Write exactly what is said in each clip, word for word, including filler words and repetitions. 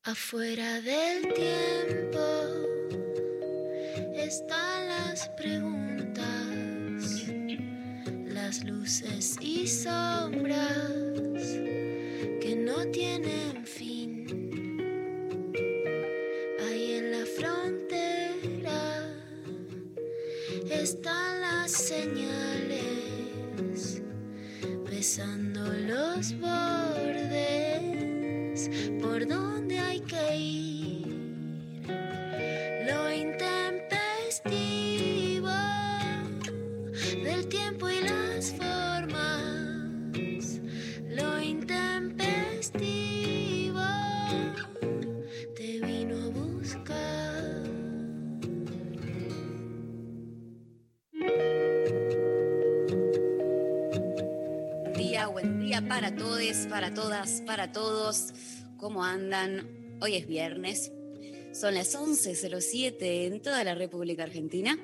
Afuera del tiempo están las preguntas, las luces y sombras que no tienen fin. Ahí en la frontera están las señales, besando los bordes por donde hay que ir. Lo intempestivo del tiempo y las formas. Lo intempestivo te vino a buscar. Buen día, buen día para todos, para todas, para todos. ¿Cómo andan? Hoy es viernes, son las once cero siete en toda la República Argentina.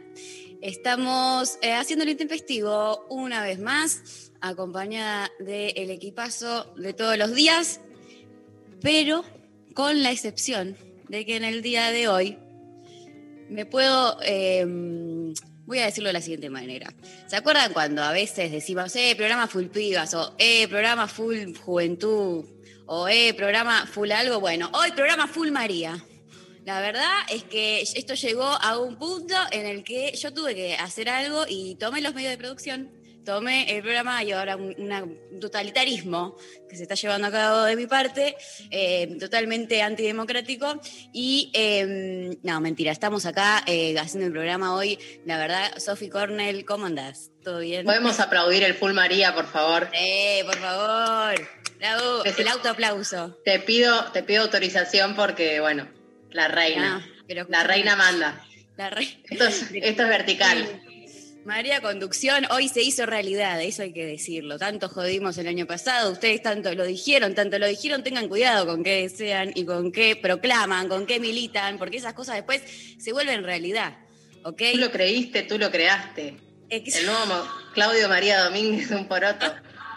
Estamos eh, haciendo el intempestivo una vez más, acompañada del equipazo de todos los días, pero con la excepción de que en el día de hoy me puedo... Eh, voy a decirlo de la siguiente manera. ¿Se acuerdan cuando a veces decimos, eh, programa full pibas, o eh, programa full juventud, o eh, programa full algo? Bueno, hoy programa full María. La verdad es que esto llegó a un punto en el que yo tuve que hacer algo y tomé los medios de producción, tomé el programa y ahora un, una, un totalitarismo que se está llevando a cabo de mi parte, eh, totalmente antidemocrático. Y eh, no, mentira, estamos acá eh, haciendo el programa hoy. La verdad, Sofi Cornell, ¿cómo andás? ¿Todo bien? ¿Podemos aplaudir el full María, por favor? Eh, por favor. Bravo, el autoaplauso. Te pido, te pido autorización porque, bueno, la reina. Ah, pero la reina manda. La re... esto, es, esto es vertical. Sí. María Conducción hoy se hizo realidad, eso hay que decirlo. Tanto jodimos el año pasado, ustedes tanto lo dijeron, tanto lo dijeron, tengan cuidado con qué desean y con qué proclaman, con qué militan, porque esas cosas después se vuelven realidad, ¿ok? Tú lo creíste, tú lo creaste. Ex- el nuevo Claudio María Domínguez, un poroto.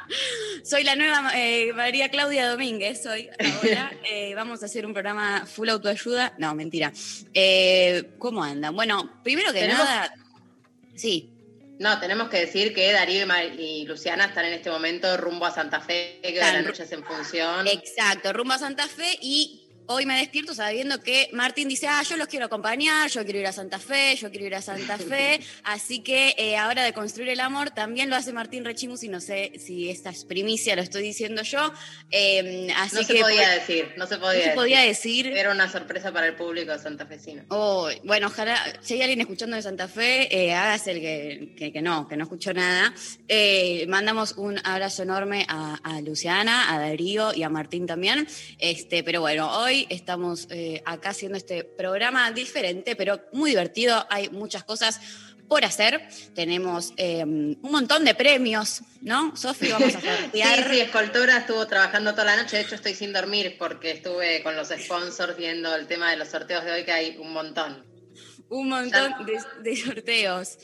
Soy la nueva eh, María Claudia Domínguez, hoy. Ahora eh, vamos a hacer un programa full autoayuda. No, mentira. Eh, ¿Cómo andan? Bueno, primero que ¿Tenemos? nada, sí. No, tenemos que decir que Darío y, Mar- y Luciana están en este momento rumbo a Santa Fe, que de la noche es en función. Exacto, rumbo a Santa Fe, y hoy me despierto sabiendo que Martín dice, ah, yo los quiero acompañar, yo quiero ir a Santa Fe, yo quiero ir a Santa Fe, así que eh, ahora de construir el amor también lo hace Martín Rechimus, y no sé si esta es primicia, lo estoy diciendo yo. Eh, así no se que, podía pues, decir, no se podía, no se podía decir. decir. Era una sorpresa para el público santafesino. Oh, bueno, ojalá, si hay alguien escuchando de Santa Fe, eh, hágase el que, que, que no, que no escuchó nada. Eh, mandamos un abrazo enorme a, a Luciana, a Darío y a Martín también. Este, pero bueno, hoy estamos eh, acá haciendo este programa diferente, pero muy divertido. Hay muchas cosas por hacer. Tenemos eh, un montón de premios, ¿no? Sofi, vamos a sortear. Sí, sí, Escultura estuvo trabajando toda la noche. De hecho, estoy sin dormir porque estuve con los sponsors viendo el tema de los sorteos de hoy, que hay un montón. Un montón de, de sorteos.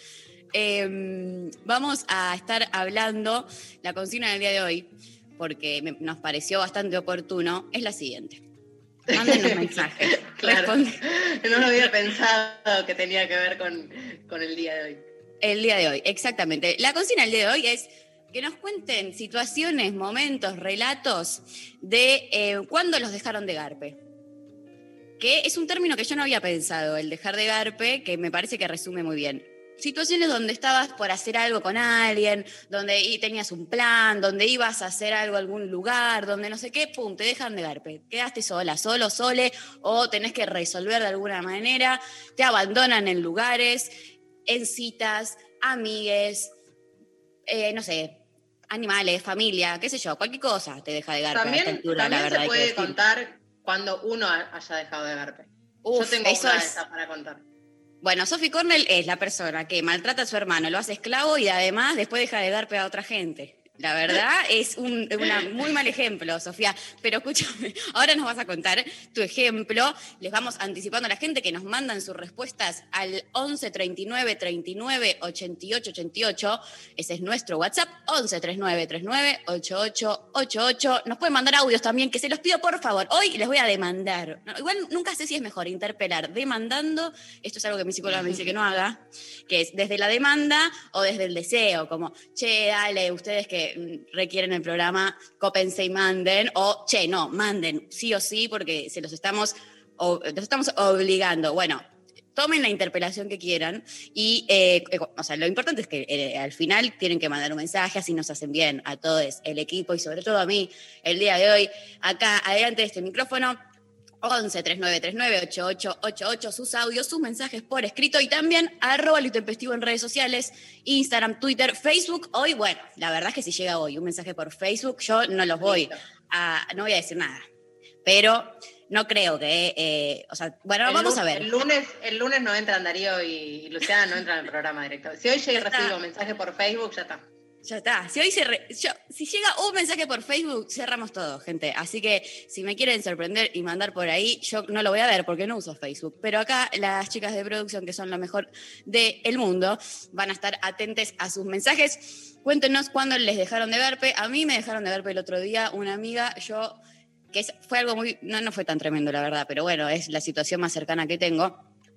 Eh, vamos a estar hablando, la consigna del día de hoy, porque me, nos pareció bastante oportuno, es la siguiente. Mándenos mensajes. Claro. No lo había pensado que tenía que ver con, con el día de hoy. El día de hoy, exactamente. La consigna del día de hoy es que nos cuenten situaciones, momentos, relatos de eh, cuándo los dejaron de garpe. Que es un término que yo no había pensado, el dejar de garpe, que me parece que resume muy bien. Situaciones donde estabas por hacer algo con alguien, donde tenías un plan, donde ibas a hacer algo a algún lugar, donde no sé qué, pum, te dejan de garpe. Quedaste sola, solo, sole, o tenés que resolver de alguna manera, te abandonan en lugares, en citas, amigues, eh, no sé, animales, familia, qué sé yo, cualquier cosa te deja de garpe. También, a esta altura, también la verdad, se puede contar cuando uno haya dejado de garpe. Uf, yo tengo eso una es... de esas para contar. Bueno, Sofi Cornell es la persona que maltrata a su hermano, lo hace esclavo y además después deja de garpe a otra gente. La verdad es un una muy mal ejemplo, Sofía. Pero escúchame, ahora nos vas a contar tu ejemplo. Les vamos anticipando a la gente que nos mandan sus respuestas al once treinta y nueve treinta y nueve ochenta y ocho ochenta y ocho. Ese es nuestro WhatsApp, once treinta y nueve treinta y nueve ochenta y ocho ochenta y ocho. Nos pueden mandar audios también, que se los pido por favor. Hoy les voy a demandar. No, igual nunca sé si es mejor interpelar demandando. Esto es algo que mi psicóloga me dice que no haga, que es desde la demanda o desde el deseo, como, che, dale, ustedes que requieren el programa, cópense y manden, o, che, no, manden, sí o sí, porque se los estamos, o, los estamos obligando. Bueno, tomen la interpelación que quieran y, eh, o sea, lo importante es que eh, al final tienen que mandar un mensaje, así nos hacen bien a todos, el equipo y sobre todo a mí, el día de hoy, acá, adelante de este micrófono, once treinta y nueve treinta y nueve ochenta y ocho ochenta y ocho, sus audios, sus mensajes por escrito y también arroba lo intempestivo en redes sociales, Instagram, Twitter, Facebook. Hoy, bueno, la verdad es que si llega hoy un mensaje por Facebook, yo no los voy a, no voy a decir nada, pero no creo que, eh, o sea, bueno, el vamos lunes, a ver. El lunes, el lunes no entran Darío y Luciana, no entran al programa directo. Si hoy llega y recibo un mensaje por Facebook, ya está. Ya está. Si hoy se re, yo, si llega un mensaje por Facebook, cerramos todo, gente. Así que si me quieren sorprender y mandar por ahí, yo no lo voy a ver porque no uso Facebook. Pero acá las chicas de producción, que son lo mejor del mundo, van a estar atentas a sus mensajes. Cuéntenos cuándo les dejaron de verpe. A mí me dejaron de verpe el otro día una amiga, yo, que es, fue algo muy, no, no fue tan tremendo la verdad, pero bueno, es la situación más cercana que tengo.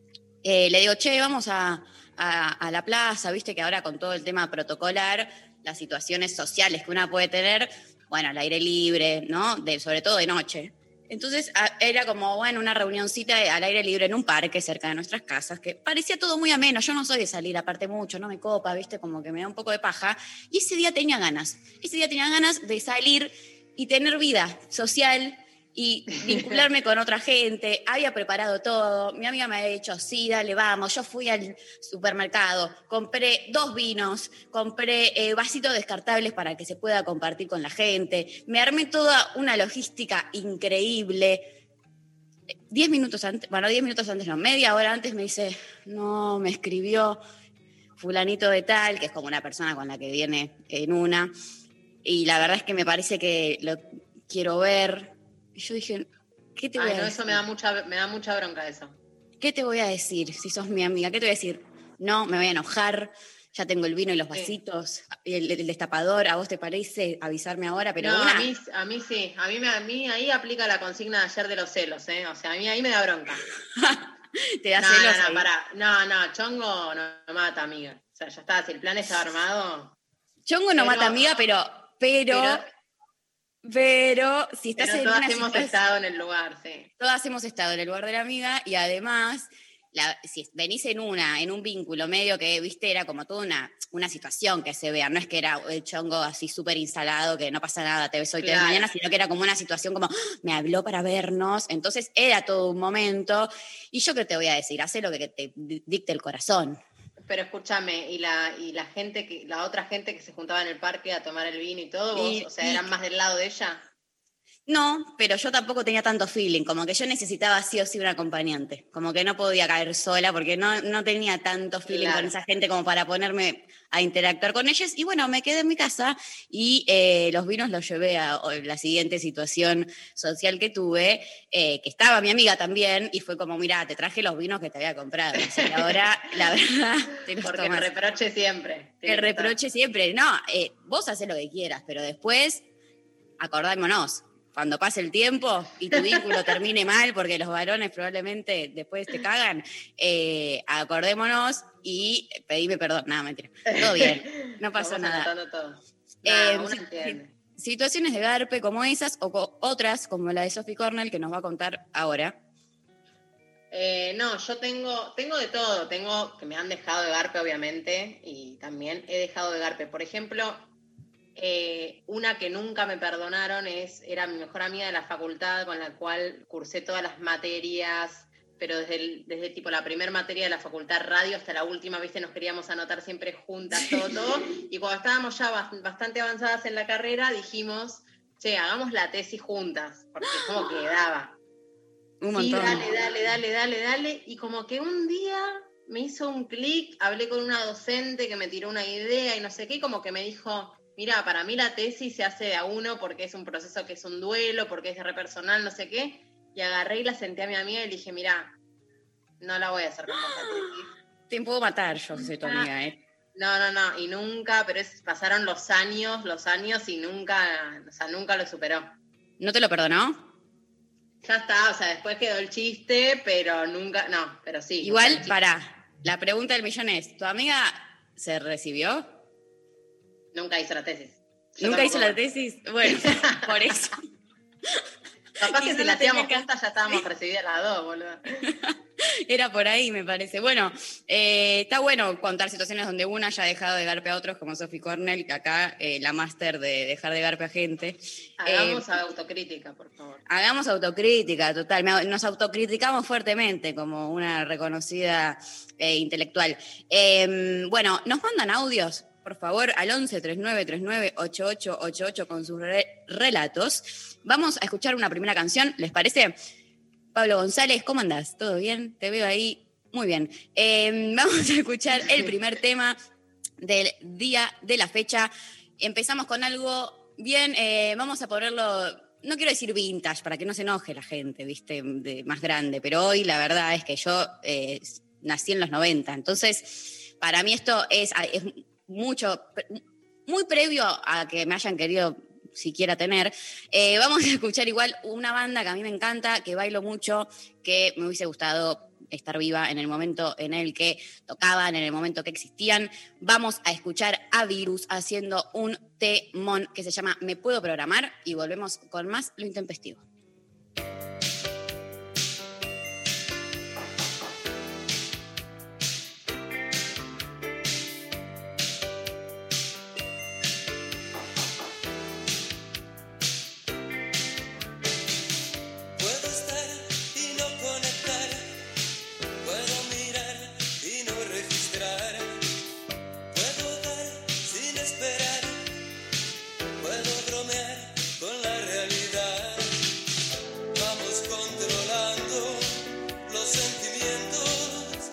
Eh, le digo, che, vamos a, a, a la plaza, viste que ahora con todo el tema protocolar, las situaciones sociales que una puede tener, bueno, al aire libre, ¿no? De, sobre todo de noche. Entonces a, era como, bueno, una reunioncita al aire libre en un parque cerca de nuestras casas, que parecía todo muy ameno. Yo no soy de salir aparte mucho, no me copa, viste, como que me da un poco de paja. Y ese día tenía ganas, ese día tenía ganas de salir y tener vida social y vincularme con otra gente. Había preparado todo, mi amiga me había dicho, sí, dale, vamos. Yo fui al supermercado, compré dos vinos, compré eh, vasitos descartables para que se pueda compartir con la gente, me armé toda una logística increíble. Diez minutos antes, bueno, diez minutos antes no, media hora antes me dice, no, me escribió fulanito de tal, que es como una persona con la que viene en una, y la verdad es que me parece que lo quiero ver. Y yo dije, ¿qué te voy Ay, a no, decir? eso me da mucha, me da mucha bronca eso. ¿Qué te voy a decir si sos mi amiga? ¿Qué te voy a decir? No, me voy a enojar, ya tengo el vino y los vasitos, sí. el, el destapador, ¿a vos te parece avisarme ahora? Pero no, una... a, mí, a mí sí, a mí, me, a mí ahí aplica la consigna de ayer de los celos, ¿eh? O sea, a mí ahí me da bronca. ¿Te da no, celos? No, no, ahí? pará. No, no, chongo no, no mata, amiga. O sea, ya está, si el plan está armado... Chongo no pero, mata, amiga, pero... pero... pero Pero si estás Pero en todas una hemos situación, estado en el lugar, sí. Todas hemos estado en el lugar de la amiga y además, la, si venís en una, en un vínculo medio que, viste, era como toda una, una situación que se vea, no es que era el chongo así súper instalado, que no pasa nada, te ves hoy, te ves Claro. mañana, sino que era como una situación como, ¡ah! Me habló para vernos, entonces era todo un momento. Y yo qué te voy a decir, hacé lo que te dicte el corazón. Pero escúchame, y la y la gente que la otra gente que se juntaba en el parque a tomar el vino y todo, vos, Y- o sea, y- eran más del lado de ella. No, pero yo tampoco tenía tanto feeling, como que yo necesitaba sí o sí un acompañante, como que no podía caer sola porque no, no tenía tanto feeling Claro. con esa gente como para ponerme a interactuar con ellos. Y bueno, me quedé en mi casa y eh, los vinos los llevé a a la siguiente situación social que tuve, eh, que estaba mi amiga también, y fue como, mira, te traje los vinos que te había comprado. Así que ahora, la verdad, te los Porque tomás. el reproche siempre. tiene El que estar. reproche siempre, no, eh, vos haces lo que quieras, pero después acordámonos, cuando pase el tiempo y tu vínculo termine mal, porque los varones probablemente después te cagan, eh, acordémonos y pedime perdón. Nada, mentira. Todo bien, no pasó Vamos nada. anotando todo. Eh, Nah, uno si- entiende. si- situaciones de garpe como esas o co- otras como la de Sophie Cornell que nos va a contar ahora. Eh, no, yo tengo, tengo de todo. Tengo que me han dejado de garpe, obviamente, y también he dejado de garpe. Por ejemplo, eh, una que nunca me perdonaron es era mi mejor amiga de la facultad, con la cual cursé todas las materias, pero desde, el, desde tipo la primera materia de la facultad radio hasta la última, viste, nos queríamos anotar siempre juntas, todo, todo. Y cuando estábamos ya bast- bastante avanzadas en la carrera, dijimos, che, hagamos la tesis juntas, porque como quedaba. Un Sí, montón. dale, dale, dale, dale, dale. Y como que un día me hizo un clic, hablé con una docente que me tiró una idea y no sé qué, y como que me dijo, mira, para mí la tesis se hace de a uno porque es un proceso que es un duelo, porque es re personal, no sé qué. Y agarré y la senté a mi amiga y le dije, mira, no la voy a hacer con vos la tesis. Te puedo matar yo, soy tu amiga, ¿eh? No, no, no, y nunca, pero es, pasaron los años, los años y nunca, o sea, nunca lo superó. ¿No te lo perdonó? Ya está, o sea, después quedó el chiste, pero nunca, no, pero sí. Igual, pará, la pregunta del millón es, ¿tu amiga se recibió? Nunca hizo la tesis. Yo ¿Nunca hizo tampoco. la tesis? Bueno, por eso. Capaz que Quizá si la la tenía hacíamos que- juntas ya estábamos recibidas las dos, boludo. Era por ahí, me parece. Bueno, eh, está bueno contar situaciones donde una haya dejado de garpe a otros, como Sophie Cornell, que acá eh, la máster de dejar de garpe a gente. Hagamos Eh, autocrítica, por favor. Hagamos autocrítica, total. Me- Nos autocriticamos fuertemente como una reconocida eh, intelectual. Eh, bueno, nos mandan audios, por favor, al once treinta y nueve treinta y nueve ochenta y ocho ochenta y ocho con sus re- relatos. Vamos a escuchar una primera canción, ¿les parece? Pablo González, ¿cómo andás? ¿Todo bien? Te veo ahí. Muy bien. Eh, vamos a escuchar el primer tema del día de la fecha. Empezamos con algo bien, eh, vamos a ponerlo, no quiero decir vintage, para que no se enoje la gente, viste, de más grande, pero hoy la verdad es que yo eh, nací en los noventa, entonces para mí esto es, es mucho, muy previo a que me hayan querido siquiera tener. Eh, vamos a escuchar igual una banda que a mí me encanta, que bailo mucho, que me hubiese gustado estar viva en el momento en el que tocaban, en el momento que existían. Vamos a escuchar a Virus haciendo un temón que se llama Me Puedo Programar y volvemos con más Lo Intempestivo. Puedo estar y no conectar, puedo mirar y no registrar, puedo dar sin esperar, puedo bromear con la realidad. Vamos controlando los sentimientos,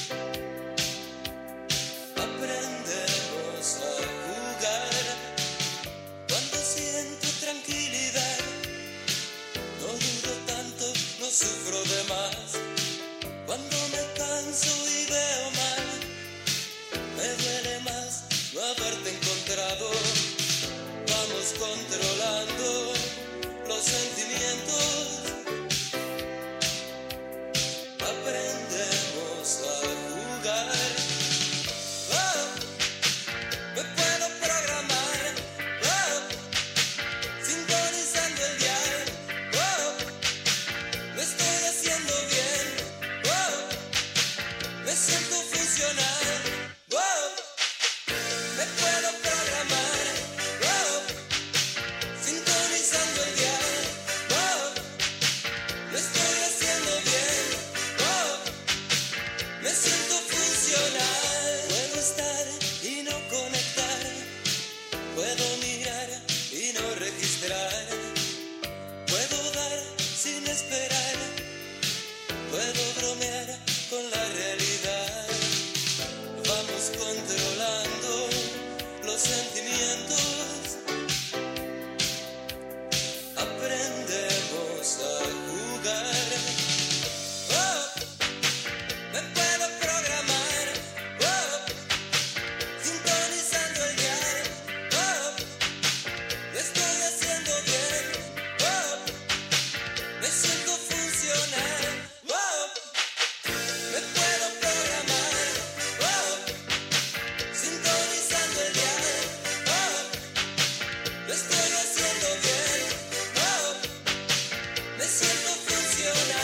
aprendemos a jugar. Cuando siento tranquilidad, no duro tanto, no sufro de más. Cuando me canso y veo mal, me duele más no haberte encontrado. Vamos controlando los sentimientos, aprendemos a jugar. Oh, me puedo programar, oh, sintonizando el dial. Oh, lo estoy haciendo bien. Oh, me siento funcional. Oh, me puedo programar. Oh, sintonizando el dial. Oh, lo estoy haciendo bien. Oh, me siento funcional. Puedo estar y no conectar, puedo mirar y no registrar, puedo dar sin esperar, puedo bromear con la realidad. Vamos controlando los sentimientos, aprendemos a jugar. Oh, me puedo programar. Oh, sintonizando el dial. Oh, lo estoy haciendo bien. Oh, me siento funcional. Oh, me puedo programar. Oh, sintonizando el dial. Oh, lo estoy haciendo bien. Oh, me siento funcional.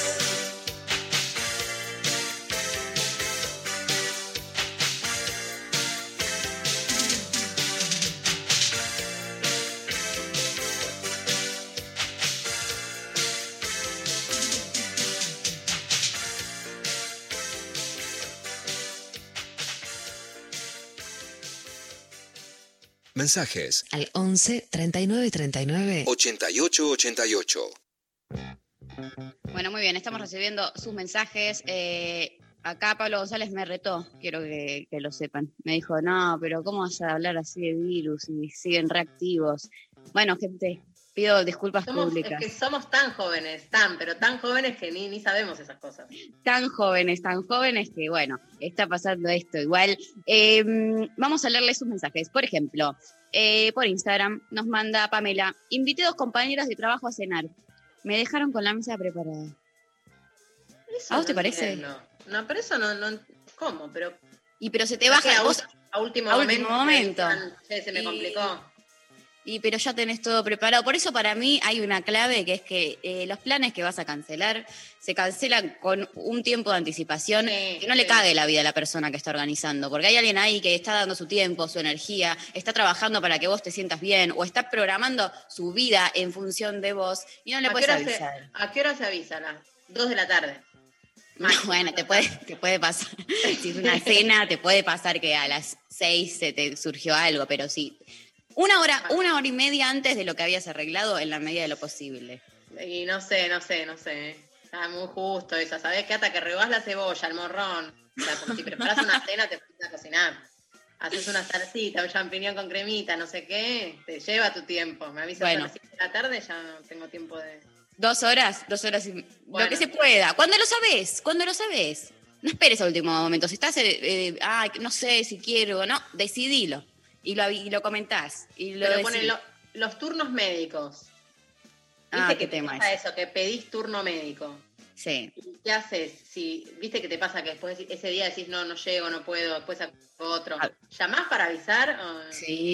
Mensajes Al once treinta y nueve treinta y nueve. ochenta y ocho ochenta y ocho. Bueno, muy bien, estamos recibiendo sus mensajes. Eh, acá Pablo González me retó, quiero que, que lo sepan. Me dijo, no, pero ¿cómo vas a hablar así de virus y siguen reactivos? Bueno, gente, pido disculpas Somos, es públicas. que somos tan jóvenes, tan, pero tan jóvenes que ni, ni sabemos esas cosas. Tan jóvenes, tan jóvenes que, bueno, está pasando esto igual. Eh, vamos a leerles sus mensajes. Por ejemplo, eh, por Instagram nos manda Pamela, invité dos compañeras de trabajo a cenar. Me dejaron con la mesa preparada. Eso ¿A vos te no parece? entiendo. No, pero eso no, no, ¿cómo? Pero Y pero se te ¿a qué? baja, a, vos, ul- a último a momento. último momento. te avisan, "Che, se me Y- complicó. y pero ya tenés todo preparado. Por eso para mí hay una clave que es que eh, los planes que vas a cancelar se cancelan con un tiempo de anticipación Sí, que no le sí. cague la vida a la persona que está organizando. Porque hay alguien ahí que está dando su tiempo, su energía, está trabajando para que vos te sientas bien o está programando su vida en función de vos y no le ¿A qué, puedes hora avisar. se, ¿A qué hora se avisa? A las dos de la tarde. Máximo. Bueno, te puede, te puede pasar. Si es una cena, te puede pasar que a las seis se te surgió algo, pero sí. Una hora, una hora y media antes de lo que habías arreglado en la medida de lo posible. Y no sé, no sé, no sé. Está muy justo esa. ¿Sabés qué? Hasta que rebás la cebolla, el morrón. O sea, porque si preparas una cena, te pones a cocinar. Haces una salsita, un champiñón con cremita, no sé qué. Te lleva tu tiempo. Me avisas Bueno. a las siete de la tarde, ya no tengo tiempo de... Dos horas, dos horas y... Lo Bueno. que se pueda. Cuando lo sabes, cuando lo sabes. No esperes al último momento. Si estás, eh, eh, ah, no sé si quiero o no, decidilo. Y lo, avi- y lo comentás. Y lo Pero decidís. ponen lo- los turnos médicos. Ah, ¿Viste qué que te tema pasa es. eso? Que pedís turno médico. Sí. ¿Y ¿Qué haces? Si, ¿Viste que te pasa que después ese día decís, no, no llego, no puedo, después hago otro? Ah. ¿Llamás para avisar? o-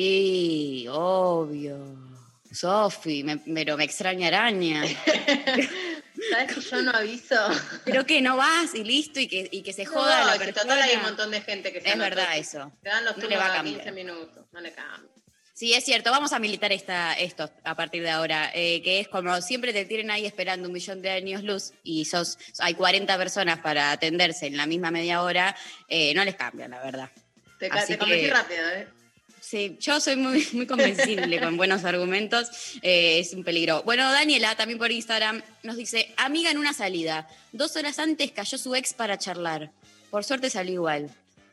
Sí, obvio. Sofi, me- pero me extraña araña. ¿Sabes que yo no aviso? Pero que no vas y listo y que, y que se joda No, la si persona. total hay un montón de gente que se Es anotó. verdad eso. Te dan los No le turnos va a a cambiar. quince minutos, no le cambia. Sí, es cierto, vamos a militar esta, esto a partir de ahora, eh, que es como siempre te tienen ahí esperando un millón de años luz y sos, hay cuarenta personas para atenderse en la misma media hora, eh, no les cambia, la verdad. Te, ca- Así te convencí que- rápido, ¿eh? Sí, yo soy muy, muy convencible con buenos argumentos, eh, es un peligro. Bueno, Daniela, también por Instagram, nos dice, amiga en una salida, dos horas antes cayó su ex para charlar, por suerte salió igual.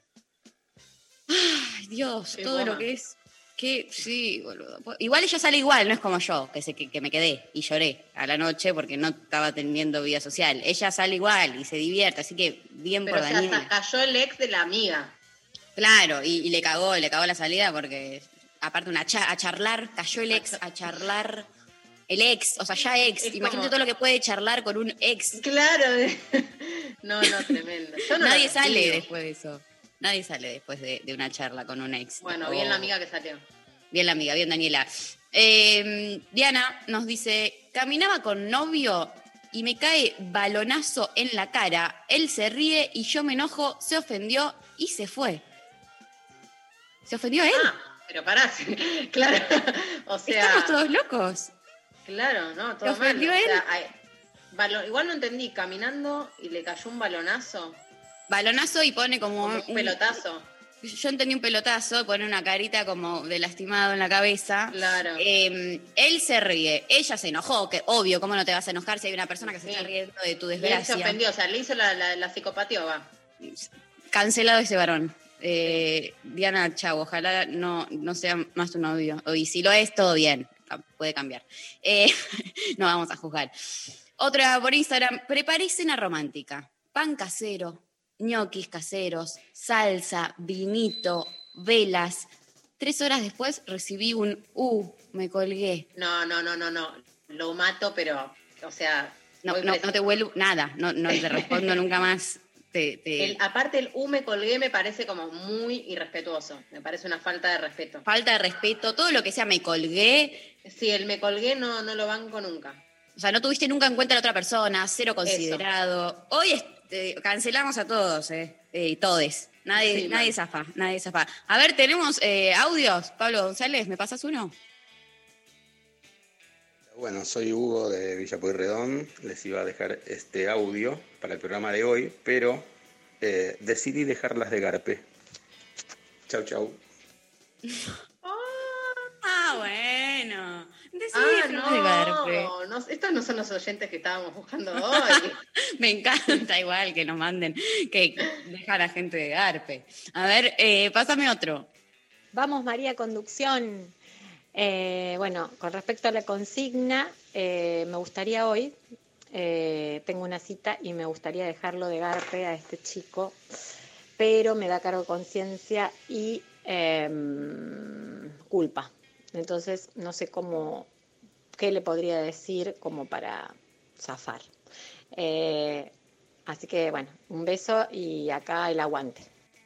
Ay, Dios, Qué todo goma. lo que es... Que, sí, boludo. Igual ella sale igual, no es como yo, que, se, que, que me quedé y lloré a la noche porque no estaba teniendo vida social. Ella sale igual y se divierte, así que bien Pero por o sea, Daniela. hasta cayó el ex de la amiga. Claro, y, y le cagó, le cagó la salida porque, aparte, una cha- a charlar, cayó el ex a charlar. El ex, o sea, ya ex. Es Imagínate como- todo lo que puede charlar con un ex. Claro. No, no, tremendo. Yo no Nadie lo sale consigo. después de eso. Nadie sale después de, de una charla con un ex. Bueno, O- bien la amiga que salió. Bien la amiga, bien Daniela. Eh, Diana nos dice, caminaba con novio y me cae balonazo en la cara. Él se ríe y yo me enojo, se ofendió y se fue. ¿Se ofendió él? Ah, pero pará, sí, claro. O sea, Estamos todos locos. claro, ¿no? Todo ¿Te mal. ofendió O él? sea, hay- balo- igual no entendí, caminando y le cayó un balonazo, Balonazo y pone como como un pelotazo. Yo entendí un pelotazo, pone una carita como de lastimado en la cabeza. Claro. Eh, él se ríe, ella se enojó, que obvio, ¿cómo no te vas a enojar si hay una persona que se Sí. está riendo de tu Y él se desgracia? ofendió, o sea, le hizo la, la, la psicopatía, va. Cancelado ese varón. Eh, Diana, chau, ojalá no, no sea más tu novio. Y si lo es, todo bien, Ca- puede cambiar. Eh, no vamos a juzgar. Otra por Instagram, preparé cena romántica. Pan casero, ñoquis caseros, salsa, vinito, velas. Tres horas después recibí un uh, me colgué. No, no, no, no, no. Lo mato, pero, o sea. No, voy no, preso. no te vuelvo nada, no, no te respondo nunca más. Te, te- El- aparte, el U me colgué me parece como muy irrespetuoso. Me parece una falta de respeto. Falta de respeto, todo lo que sea me colgué. Sí, el me colgué no, no lo banco nunca. O sea, no tuviste nunca en cuenta a la otra persona, cero considerado. Hoy este, cancelamos a todos, ¿eh? Eh, todes. Nadie, Sí, nadie mal. zafa, nadie zafa. A ver, tenemos eh, audios. Pablo González, ¿me pasas uno? Bueno, soy Hugo de Villa Pueyrredón. Les iba a dejar este audio para el programa de hoy, pero eh, decidí dejarlas de Garpe. Chau, chau. Ah, bueno. Decidí Ah, dejarlo de Garpe. no, no, estos no son los oyentes que estábamos buscando hoy. Me encanta igual que nos manden, que deja a la gente de Garpe. A ver, eh, pásame otro. Vamos, María, conducción. Eh, bueno, con respecto a la consigna, eh, me gustaría hoy, eh, tengo una cita y me gustaría dejarlo de Garpe a este chico, pero me da cargo de conciencia y eh, culpa. Entonces, no sé cómo, qué le podría decir como para zafar. Eh, así que, bueno, un beso y acá el aguante.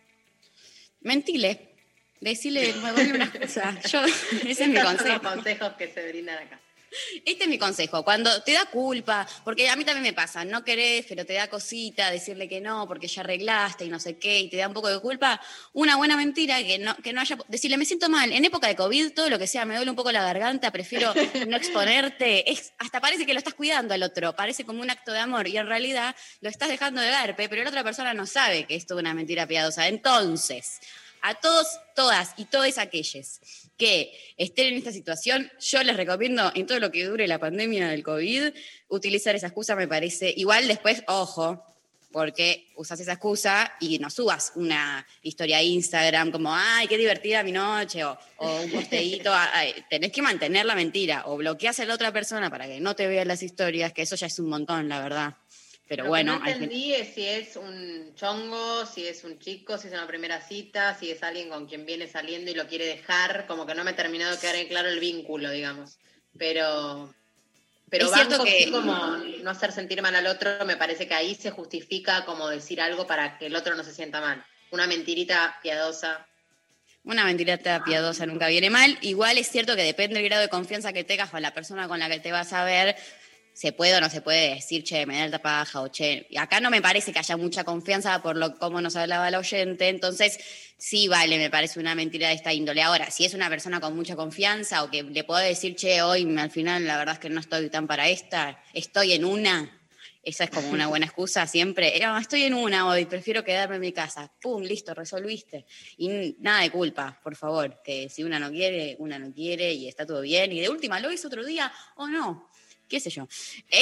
Mentile. Decirle, me voy a una excusa. Yo, ese es mi Estos son consejo. los consejos que se brindan acá. Este es mi consejo. Cuando te da culpa, porque a mí también me pasa, no querés, pero te da cosita decirle que no, porque ya arreglaste y no sé qué, y te da un poco de culpa, una buena mentira que no, que no haya. Decirle, me siento mal. En época de COVID, todo lo que sea, me duele un poco la garganta, prefiero no exponerte. Es, hasta parece que lo estás cuidando al otro, parece como un acto de amor, y en realidad lo estás dejando de Garpe, pero la otra persona no sabe que es toda una mentira piadosa. Entonces, a todos, todas y todos aquellos que estén en esta situación, yo les recomiendo, en todo lo que dure la pandemia del COVID, utilizar esa excusa, me parece. Igual después, ojo, porque usas esa excusa y no subas una historia a Instagram como, ay, qué divertida mi noche, o, o un posteíto. Ay, tenés que mantener la mentira, o bloqueás a la otra persona para que no te vean las historias, que eso ya es un montón, la verdad. Pero Lo bueno, que no hay entendí es si es un chongo, si es un chico, si es una primera cita, si es alguien con quien viene saliendo y lo quiere dejar, como que no me ha terminado de quedar en claro el vínculo, digamos. Pero, pero Es cierto banco que- sí como no hacer sentir mal al otro, me parece que ahí se justifica como decir algo para que el otro no se sienta mal. Una mentirita piadosa. Una mentirita piadosa nunca viene mal. Igual es cierto que depende del grado de confianza que tengas con la persona con la que te vas a ver. Se puede o no se puede decir, che, me da alta paja, o che. Y acá no me parece que haya mucha confianza por lo cómo nos hablaba el oyente. Entonces, sí, vale, me parece una mentira de esta índole. Ahora, si es una persona con mucha confianza o que le puedo decir, che, hoy al final la verdad es que no estoy tan para esta, estoy en una. Esa es como una buena excusa siempre. No, estoy en una hoy, prefiero quedarme en mi casa. Pum, listo, resolviste. Y nada de culpa, por favor. Que si una no quiere, una no quiere y está todo bien. Y de última, lo hizo otro día o no. Qué sé yo.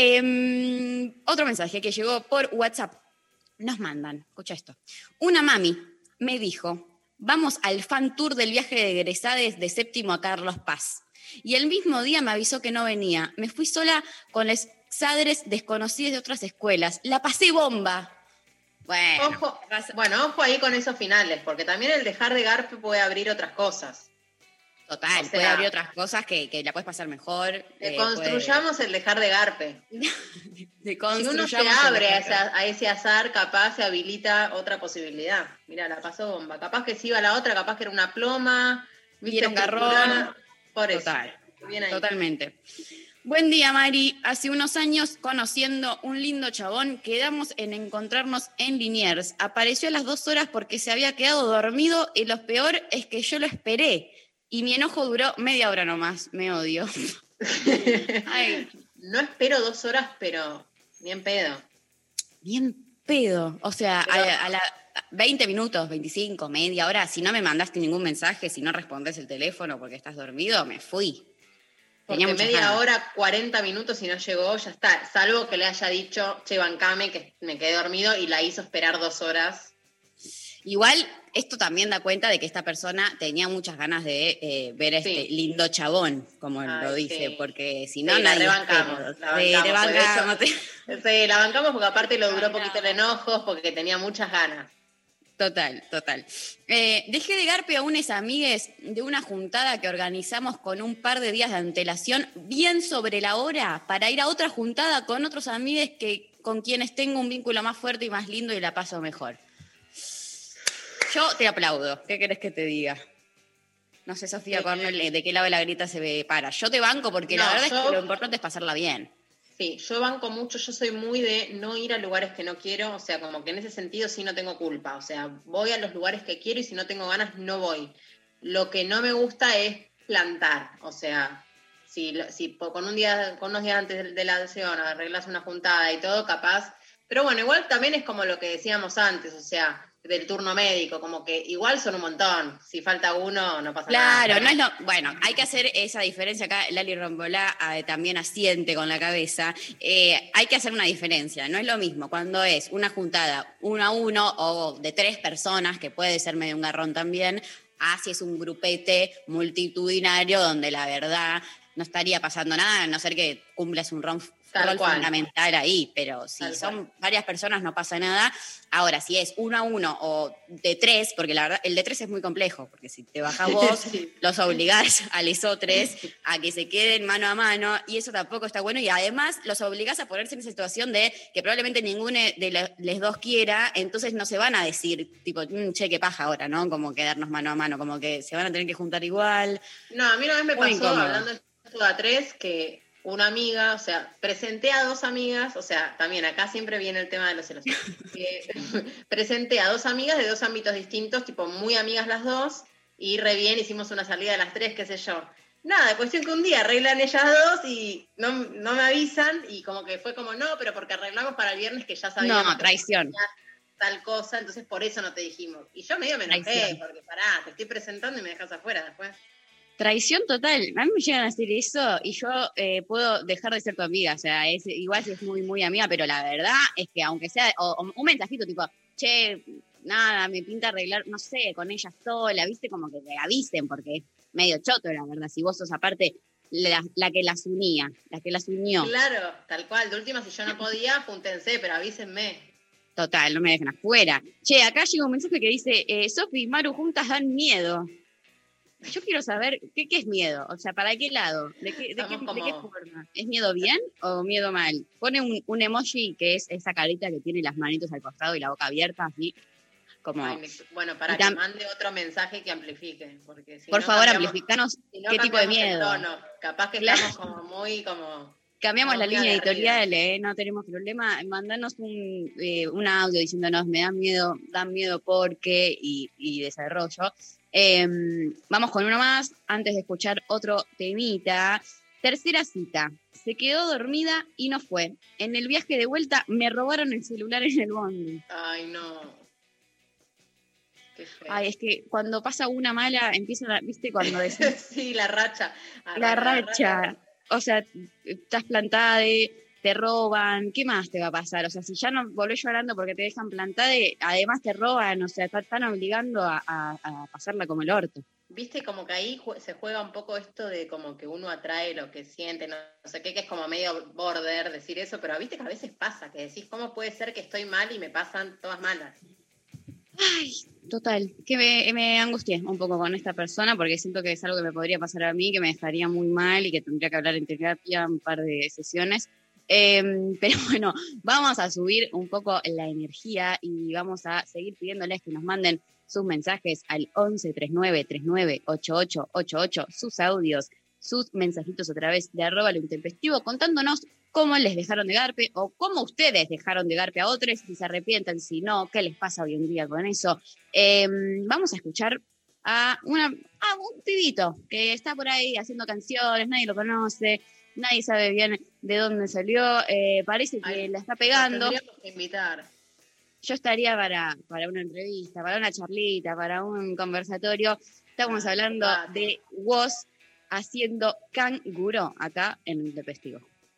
Eh, otro mensaje que llegó por WhatsApp. Nos mandan, escucha esto. Una mami me dijo, vamos al fan tour del viaje de egresades de séptimo a Carlos Paz. Y el mismo día me avisó que no venía. Me fui sola con les sadres desconocidos de otras escuelas. La pasé bomba. Bueno, Ojo, pasa- bueno, ojo ahí con esos finales, porque también el dejar de Garpe puede abrir otras cosas. total, o sea, puede haber otras cosas que, que la puedes pasar mejor. eh, Construyamos el dejar de Garpe. puede- Si uno se deconstruyamos el abre a, dejar. esa- a ese azar, capaz se habilita otra posibilidad. Mira, la pasó bomba. Capaz que sí iba la otra, capaz que era una ploma. Y era un estructura, garrón. Por eso. Total. Bien ahí. Totalmente. Buen día, Mari. Hace unos años, conociendo un lindo chabón, quedamos en encontrarnos en Liniers. Apareció a las dos horas porque se había quedado dormido y lo peor es que yo lo esperé. Y mi enojo duró media hora nomás. Me odio. Ay, No espero dos horas, pero bien pedo. bien pedo. O sea, Pero- a, a la veinte minutos, veinticinco, media hora, si no me mandaste ningún mensaje, si no respondes el teléfono porque estás dormido, me fui. Tenía Porque muchas media ganas. hora, cuarenta minutos y no llegó, ya está. Salvo que le haya dicho, che, bancame, que me quedé dormido y la hizo esperar dos horas. Igual, esto también da cuenta de que esta persona tenía muchas ganas de eh, ver a este Sí. lindo chabón, como Ay, lo dice, sí. porque si no, Sí, la nadie rebancamos, espera. la Sí, bancamos, por rebancamos, te- Sí, la bancamos porque aparte lo duró Bancamos. poquito el enojo, porque tenía muchas ganas. Total, total. Eh, dejé de garpe a unas amigues de una juntada que organizamos con un par de días de antelación, bien sobre la hora, para ir a otra juntada con otros amigues que, con quienes tengo un vínculo más fuerte y más lindo y la paso mejor. Yo te aplaudo. ¿Qué querés que te diga? No sé, Sofía Eh, Cornell, de qué lado de la grita se ve para. Yo te banco porque la No, verdad es yo- que lo importante es pasarla bien. Sí, yo banco mucho, yo soy muy de no ir a lugares que no quiero, o sea, como que en ese sentido sí no tengo culpa, o sea, voy a los lugares que quiero y si no tengo ganas no voy. Lo que no me gusta es plantar, o sea, si, lo- si po- con un día, con unos días antes de, de la acción arreglas una juntada y todo, capaz, pero bueno, igual también es como lo que decíamos antes, o sea, del turno médico, como que igual son un montón. Si falta uno, no pasa Claro, nada. no es lo. Bueno, hay que hacer esa diferencia acá. Lali Rombolá eh, también asiente con la cabeza. Eh, hay que hacer una diferencia. No es lo mismo cuando es una juntada uno a uno o de tres personas, que puede ser medio un garrón también, a si es un grupete multitudinario donde la verdad no estaría pasando nada, a no ser que cumplas un rol, Tal rol cual. fundamental ahí. Pero si Tal son cual. varias personas no pasa nada. Ahora, si es uno a uno o de tres, porque la verdad, el de tres es muy complejo, porque si te bajas vos, Sí. los obligás a los otros a que se queden mano a mano, y eso tampoco está bueno, y además los obligás a ponerse en esa situación de que probablemente ninguno de los dos quiera, entonces no se van a decir, tipo, "Mm, che, qué paja ahora, ¿no? Como quedarnos mano a mano, como que se van a tener que juntar igual. No, a mí una vez me Muy pasó, incómodo. hablando de esto a tres, que una amiga, o sea, presenté a dos amigas, o sea, también acá siempre viene el tema de los celos. Eh, presenté a dos amigas de dos ámbitos distintos, tipo muy amigas las dos, y re bien, hicimos una salida de las tres, qué sé yo. Nada, cuestión que un día arreglan ellas dos y no, no me avisan, y como que fue como, no, pero porque arreglamos para el viernes que ya sabíamos No, que traición. tal cosa, entonces por eso no te dijimos. Y yo medio me enojé, Traición. porque pará, te estoy presentando y me dejas afuera después. Traición total. A mí me llegan a hacer eso y yo eh, puedo dejar de ser tu amiga. O sea, es, igual si es muy, muy amiga, pero la verdad es que aunque sea, o, o un mensajito tipo, che, nada, me pinta arreglar, no sé, con ella sola, viste, como que te avisen, porque es medio choto, la verdad. Si vos sos aparte la, la que las unía, la que las unió. Claro, tal cual. De última, si yo no podía, júntense, pero avísenme. Total, no me dejen afuera. Che, acá llega un mensaje que dice, eh, Sofi y Maru juntas dan miedo. Yo quiero saber, ¿qué, qué es miedo? O sea, ¿para qué lado? ¿De qué, de qué, Estamos de qué como- forma? ¿Es miedo bien o miedo mal? Pone un, un emoji que es esa carita que tiene las manitos al costado y la boca abierta, así, como... Ay, me- bueno, para Y que tam- mande otro mensaje que amplifique. Porque si por no, favor, cambiamos- amplificanos si no, qué tipo de cambiamos el miedo. tono. Capaz que Claro. estamos como muy como... Cambiamos Estamos la muy línea aguerridas. editorial, ¿eh? No tenemos problema. Mandanos un, eh, un audio diciéndonos, me dan miedo, dan miedo porque, y, y desarrollo. Eh, vamos con uno más, antes de escuchar otro temita. Tercera cita. Se quedó dormida y no fue. En el viaje de vuelta me robaron el celular en el bondi. Ay, no. Qué feo. Ay, es que cuando pasa una mala, empieza, la- ¿viste? Cuando decís, Sí, la racha. la Arranca racha, o sea, estás plantada, de- te roban, ¿qué más te va a pasar? O sea, si ya no volvés llorando porque te dejan plantada, además te roban, o sea, te están obligando a, a- a pasarla como el orto. Viste, como que ahí jue- se juega un poco esto de como que uno atrae lo que siente, no, no sé qué, que es como medio border decir eso, pero viste que a veces pasa, que decís, ¿cómo puede ser que estoy mal y me pasan todas malas? Ay, total, que me, me angustié un poco con esta persona porque siento que es algo que me podría pasar a mí, que me dejaría muy mal y que tendría que hablar en terapia un par de sesiones. Eh, pero bueno, vamos a subir un poco la energía y vamos a seguir pidiéndoles que nos manden sus mensajes al once treinta y nueve treinta y nueve ochenta y ocho ochenta y ocho, sus audios, sus mensajitos a través de arroba lo intempestivo, contándonos cómo les dejaron de garpe o cómo ustedes dejaron de garpe a otros, si se arrepienten, si no, qué les pasa hoy en día con eso. Eh, vamos a escuchar a, una, a un pibito que está por ahí haciendo canciones, nadie lo conoce, nadie sabe bien de dónde salió, eh, parece que Ay, la está Nos pegando. tendríamos que invitar. Yo estaría para, para una entrevista, para una charlita, para un conversatorio. Estamos Ah, hablando debate. de Woz haciendo canguro acá en el Tempestivo.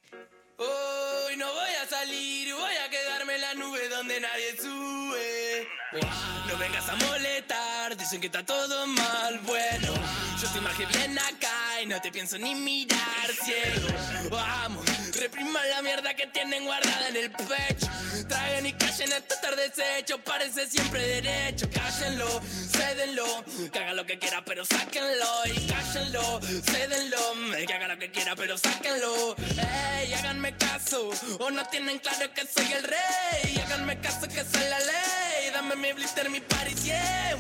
Hoy no voy a salir, voy a quedarme en la nube donde nadie sube. No vengas a molestar, dicen que está todo mal. Bueno, yo te marqué bien acá y no te pienso ni mirar, ciego. Vamos, repriman la mierda que tienen guardada en el pecho. Traguen y callen hasta estar deshecho, parece siempre derecho. Cállenlo, cédenlo, que haga lo que quiera pero sáquenlo. Y cállenlo, cédenlo, que haga lo que quiera pero sáquenlo. Ey, háganme caso, o no tienen claro que soy el rey. Háganme caso que soy la ley, dame mi blister, mi party, yeah.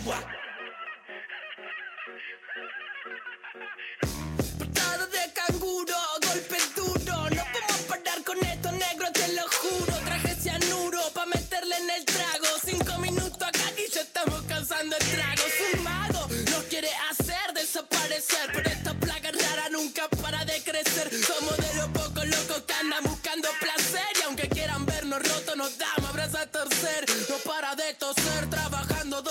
Portada de canguro, golpe duro. No podemos parar con esto, negro, te lo juro. Traje cianuro pa' meterle en el trago. Cinco minutos acá y ya estamos causando estragos. Un mago nos quiere hacer desaparecer, pero esta plaga rara nunca para de crecer. Somos de los pocos locos que andan buscando placer. Y aunque quieran vernos rotos, nos damos abrazos a torcer. No para de toser, trabajando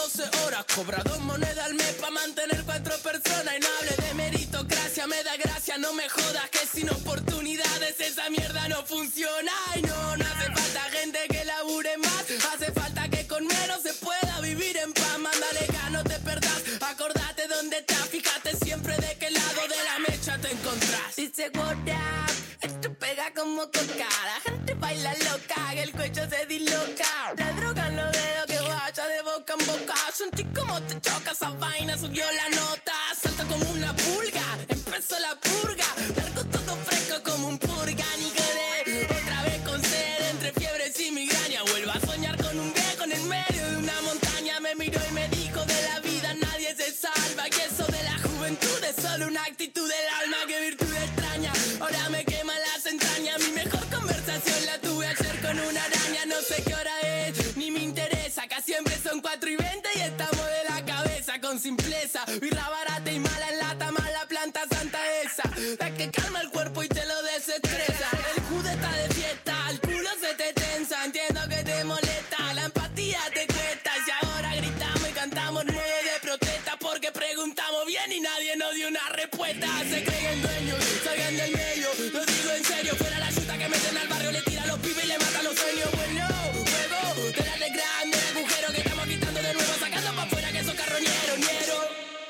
doce horas, cobra dos monedas al mes para mantener cuatro personas. Y no hable de meritocracia, me da gracia, no me jodas que sin oportunidades esa mierda no funciona. Y no, no hace falta gente que labure más, hace falta que con menos se pueda vivir en paz. Mándale acá, no te perdás, acordate dónde estás, fíjate siempre de qué lado de la mecha te encontrás. Dice what up, esto pega como coca, la gente baila loca, el cuello se disloca, la droga en los dedos que vaya de boca en boca. Sentí como te choca esa vaina, subió la nota, salta como una pulga, empezó la purga, largo todo fresco como un purga, ni quedé, otra vez con sed, entre fiebres y migraña, vuelvo a soñar con un viejo en el medio de una montaña, me miró y me dijo de la vida nadie se salva, que eso de la juventud es solo una actitud del alma, que virtud extraña, ahora me quema las entrañas, mi mejor conversación la tuve ayer con una araña, no sé qué hora es, ni me interesa, acá siempre son cuatro y veinte y estamos de la cabeza con simpleza, birra barata y mala en lata, mala planta santa esa, la que calma el cuerpo y te lo desestresa, el jude está de fiesta, el culo se te tensa, entiendo que te molesta, la empatía te cuesta, y ahora gritamos y cantamos nueve de protesta, porque preguntamos bien y nadie nos dio una respuesta, se creen dueños, salgan del medio, lo digo en serio, fuera la chuta que meten al barrio, le tira a los pibes y le mata los sueños, bueno, luego, de la de grande, el agujero que estamos quitando de nuevo, sacando pa' afuera que esos carroñeros, ñeros.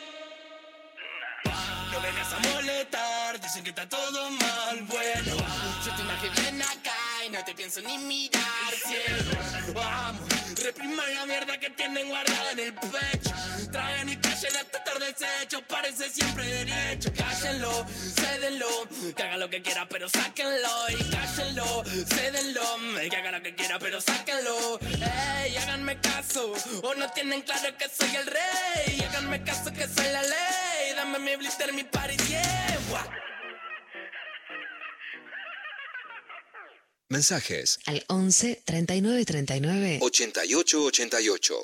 No vengas a molestar, dicen que está todo mal, bueno, yo te imagino bien acá y no te pienso ni mirar, cielo, vamos, repriman la mierda que tienen guardada en el pecho, traen y callen hasta estar deshecho, parece siempre derecho, cállenlo, cédenlo, que haga lo que quiera pero sáquenlo, y cállenlo, cédenlo, que haga lo que quiera pero sáquenlo, ey, háganme caso, o no tienen claro que soy el rey, háganme caso que soy la ley, dame mi blister, mi party, yeah, wow. Mensajes al once treinta y nueve treinta y nueve ochenta y ocho ochenta y ocho.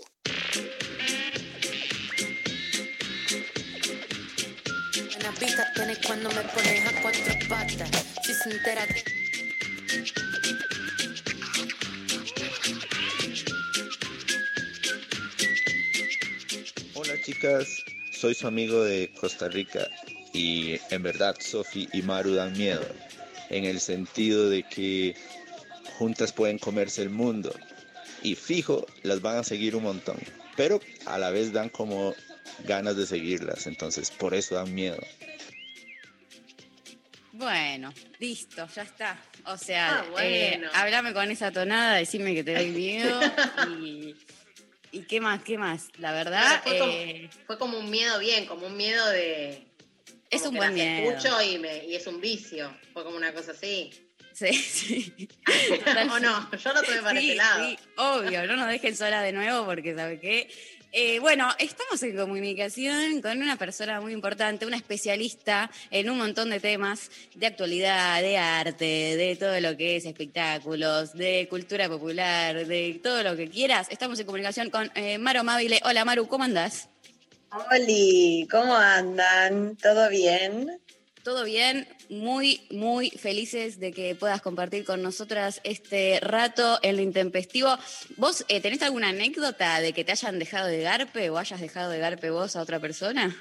Una pista tienes cuando me pones a cuatro patas. Si se entera que... Hola chicas, soy su amigo de Costa Rica y en verdad Sofi y Maru dan miedo, en el sentido de que juntas pueden comerse el mundo y fijo las van a seguir un montón, pero a la vez dan como ganas de seguirlas, entonces por eso dan miedo. Bueno, listo, ya está. O sea, Ah, bueno. eh, háblame con esa tonada, decime que te doy miedo y, y qué más, qué más. La verdad, Bueno, fue, eh, como, fue como un miedo bien, como un miedo de... es como un que buen las miedo. escucho y, me, y es un vicio, fue como una cosa así. Sí, sí. ¿O no? Yo lo tuve para Sí, ese lado. sí, obvio, no nos dejen sola de nuevo porque, ¿sabe qué? Eh, bueno, estamos en comunicación con una persona muy importante, una especialista en un montón de temas de actualidad, de arte, de todo lo que es espectáculos, de cultura popular, de todo lo que quieras. Estamos en comunicación con eh, Maru Amabile. Hola Maru, ¿cómo andás? Oli, ¿cómo andan? ¿Todo bien? Todo bien, muy, muy felices de que puedas compartir con nosotras este rato en lo intempestivo. ¿Vos eh, tenés alguna anécdota de que te hayan dejado de garpe o hayas dejado de garpe vos a otra persona?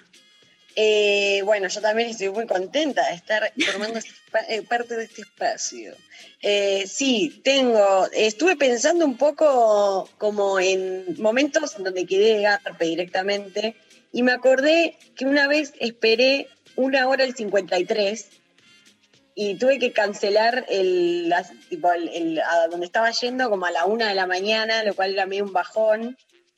Eh, bueno, yo también estoy muy contenta de estar formando eh, parte de este espacio. Eh, sí, tengo, estuve pensando un poco como en momentos donde quedé de garpe directamente y me acordé que una vez esperé una hora y cincuenta y tres y tuve que cancelar el, la- tipo, el- el- a donde estaba yendo como a la una de la mañana, lo cual era medio un bajón,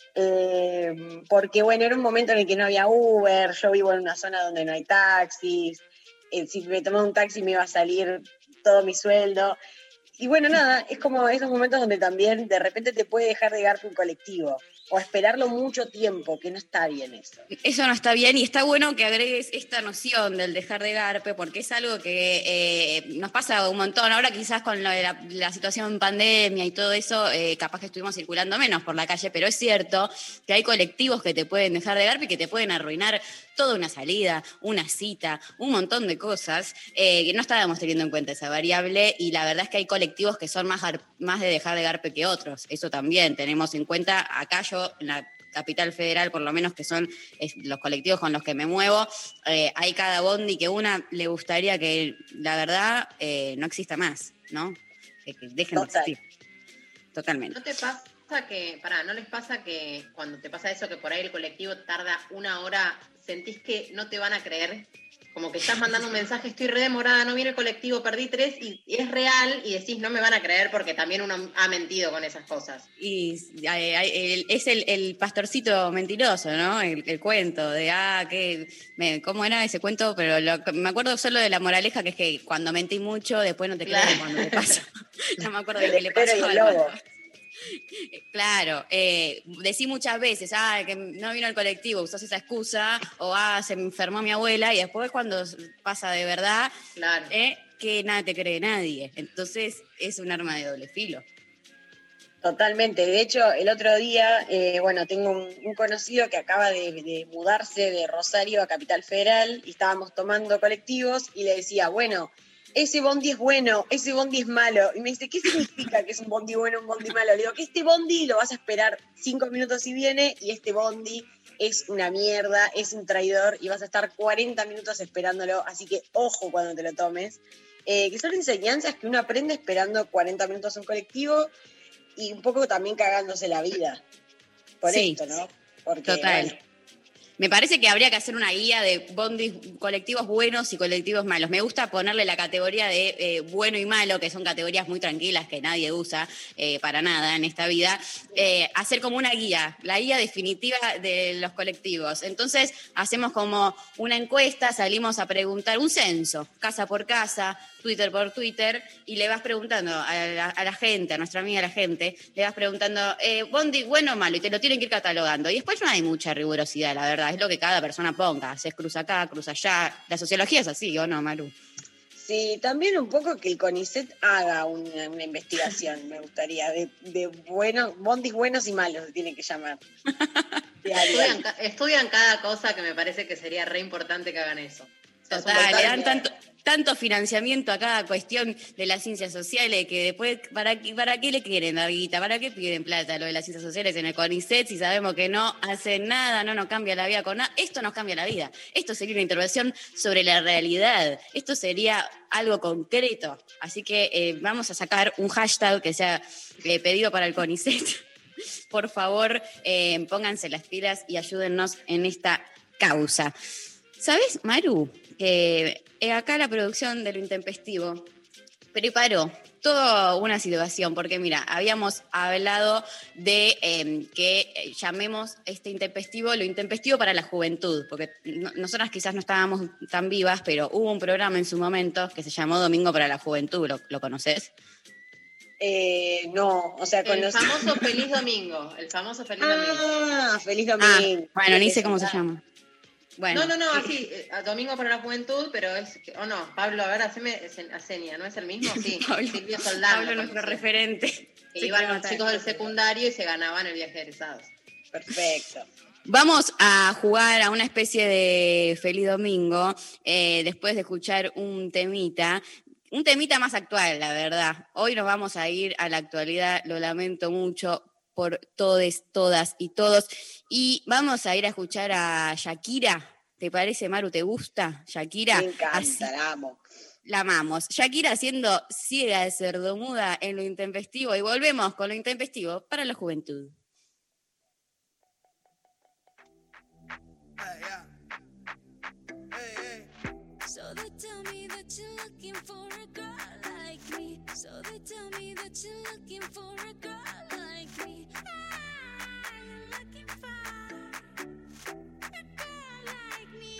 eh, porque bueno, era un momento en el que no había Uber, yo vivo en una zona donde no hay taxis, eh, si me tomaba un taxi me iba a salir todo mi sueldo, y bueno, nada, es como esos momentos donde también de repente te puede dejar de garpe un colectivo, o esperarlo mucho tiempo, que no está bien eso. Eso no está bien y está bueno que agregues esta noción del dejar de garpe porque es algo que eh, nos pasa un montón. Ahora quizás con lo de la, la situación pandemia y todo eso, eh, capaz que estuvimos circulando menos por la calle, pero es cierto que hay colectivos que te pueden dejar de garpe y que te pueden arruinar toda una salida, una cita, un montón de cosas eh, que no estábamos teniendo en cuenta esa variable y la verdad es que hay colectivos que son más, gar- más de dejar de garpe que otros. Eso también tenemos en cuenta. Acá yo en la Capital Federal, por lo menos que son es, los colectivos con los que me muevo, eh, hay cada bondi que una le gustaría que, la verdad, eh, no exista más, ¿no? Que, que dejen Total. de existir. Totalmente. ¿No te pasa que, pará, no les pasa que cuando te pasa eso, que por ahí el colectivo tarda una hora, sentís que no te van a creer? Como que estás mandando un mensaje, estoy re demorada, no viene el colectivo, perdí tres, y, y es real, y decís, no me van a creer porque también uno ha mentido con esas cosas. Y eh, eh, es el, el pastorcito mentiroso, ¿no? El, el cuento de, ah, que me, ¿cómo era ese cuento? Pero lo, me acuerdo solo de la moraleja, que es que cuando mentí mucho, después no te crees Claro. cuando te pasa. No me acuerdo de El qué le espero pasó y el al lobo. pastor. Claro, eh, decí muchas veces, ah, que no vino el colectivo, usás esa excusa, o ah, se me enfermó mi abuela, y después cuando pasa de verdad, Claro. eh, que nada te cree nadie. Entonces es un arma de doble filo. Totalmente. De hecho, el otro día, eh, bueno, tengo un, un conocido que acaba de, de mudarse de Rosario a Capital Federal y estábamos tomando colectivos y le decía, bueno, ese bondi es bueno, ese bondi es malo. Y me dice, ¿qué significa que es un bondi bueno, un bondi malo? Le digo, que este bondi lo vas a esperar cinco minutos y viene, y este bondi es una mierda, es un traidor y vas a estar cuarenta minutos esperándolo, así que ojo cuando te lo tomes. Eh, que son enseñanzas que uno aprende esperando cuarenta minutos un colectivo y un poco también cagándose la vida por Sí, esto, ¿no? Porque, total. bueno, Me parece que habría que hacer una guía de bondis, colectivos buenos y colectivos malos. Me gusta ponerle la categoría de eh, bueno y malo, que son categorías muy tranquilas que nadie usa eh, para nada en esta vida. Eh, hacer como una guía, la guía definitiva de los colectivos. Entonces hacemos como una encuesta, salimos a preguntar un censo, casa por casa, Twitter por Twitter, y le vas preguntando a la, a la gente, a nuestra amiga la gente, le vas preguntando, eh, bondi, bueno o malo, y te lo tienen que ir catalogando. Y después no hay mucha rigurosidad, la verdad, es lo que cada persona ponga, se cruza acá, cruza allá. La sociología es así, ¿o no, Maru? sí, también un poco que el CONICET haga una, una investigación, me gustaría, de, de buenos, bondis buenos y malos, se tiene que llamar. Estudian, ca- estudian cada cosa, que me parece que sería re importante que hagan eso. O sea, es un Total, le montón dan de- tanto, tanto financiamiento a cada cuestión de las ciencias sociales que después, ¿para qué, ¿para qué le quieren dar guita? ¿Para qué piden plata lo de las ciencias sociales en el CONICET si sabemos que no hace nada, no nos cambia la vida con nada? Esto nos cambia la vida. Esto sería una intervención sobre la realidad. Esto sería algo concreto. Así que eh, vamos a sacar un hashtag que sea eh, pedido para el CONICET. Por favor, eh, pónganse las pilas y ayúdennos en esta causa. ¿Sabes, Maru? Que eh, acá la producción de Lo Intempestivo preparó toda una situación, porque mira, habíamos hablado de eh, que eh, llamemos este intempestivo Lo Intempestivo para la Juventud, porque no- nosotras quizás no estábamos tan vivas, pero hubo un programa en su momento que se llamó Domingo para la Juventud, ¿lo, lo conoces? Eh, no, o sea, con El los... famoso Feliz Domingo. El famoso Feliz Domingo. Ah, feliz Ah, domingo. bueno, ni sé Eso, cómo se claro. llama. Bueno, No, no, no, así, eh, a Domingo para la Juventud, pero es, que- o no, Pablo, a ver, haceme a seña, ¿no es el mismo? Sí, Pablo, Silvio Soldán. Pablo, lo nuestro conocí. referente. Que Sí, iban creo los que chicos está. del secundario y se ganaban el viaje de egresados. Perfecto. Vamos a jugar a una especie de Feliz Domingo, eh, después de escuchar un temita, un temita más actual, la verdad. Hoy nos vamos a ir a la actualidad, lo lamento mucho por todes, todas y todos. Y vamos a ir a escuchar a Shakira. ¿Te parece, Maru? ¿Te gusta Shakira? Me encanta, Así- la amo. la amamos. Shakira haciendo ciega de cerdomuda en Lo Intempestivo. Y volvemos con Lo Intempestivo para la juventud. So they tell me that you're looking for a girl like me. So they tell me that you're looking for a girl like me. Ah, you're looking for a girl like me.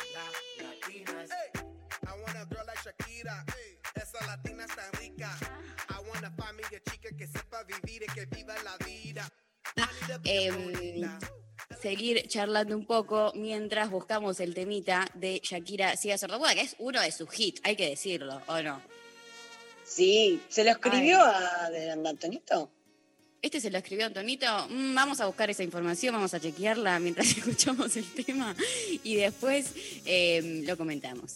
I want a girl like Shakira. Esa latina está rica. I want a familia chica que sepa vivir y que viva la vida. Eh, seguir charlando un poco mientras buscamos el temita de Shakira Ciega Sordomuda, que es uno de sus hits, hay que decirlo, ¿o no? Sí, ¿se lo escribió a de Antonito? Este se lo escribió Antonito. Mm, vamos a buscar esa información, vamos a chequearla mientras escuchamos el tema y después eh, lo comentamos.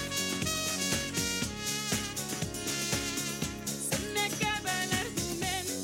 Se me acaba el argumento.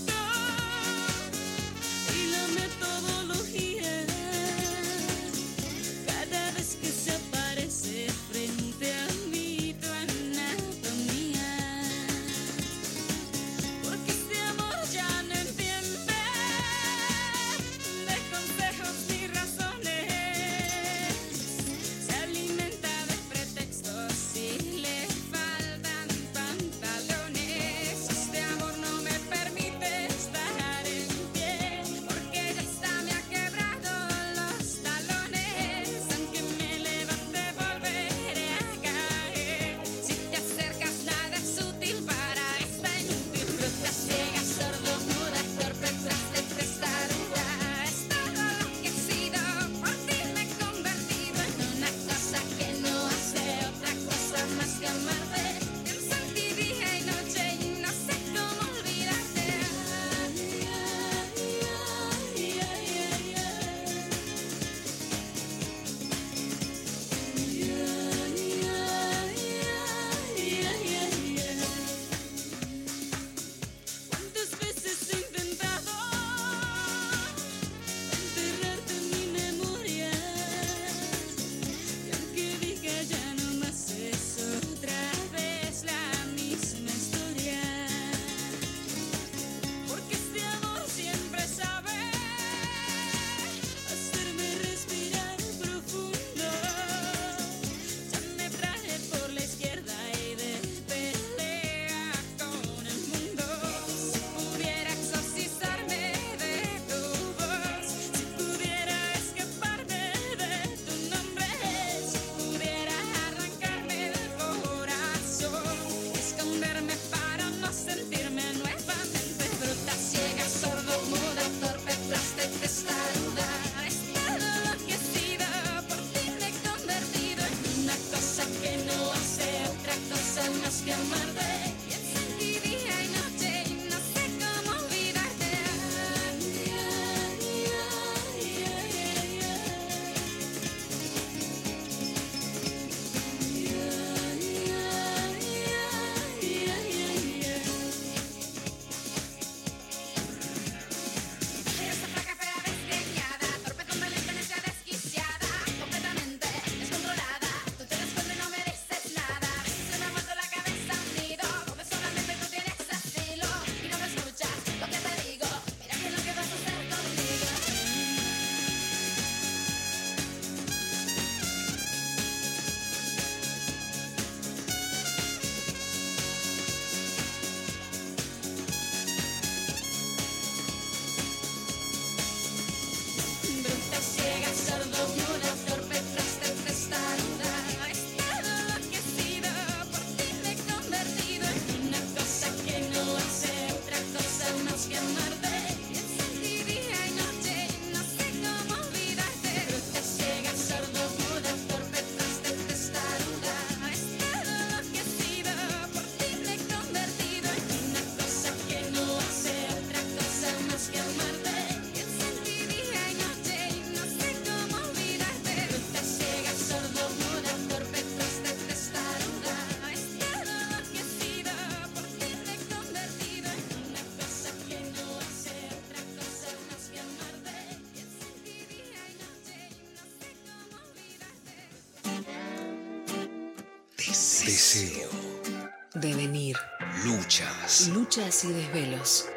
Deseo. Devenir. Luchas. Luchas y desvelos.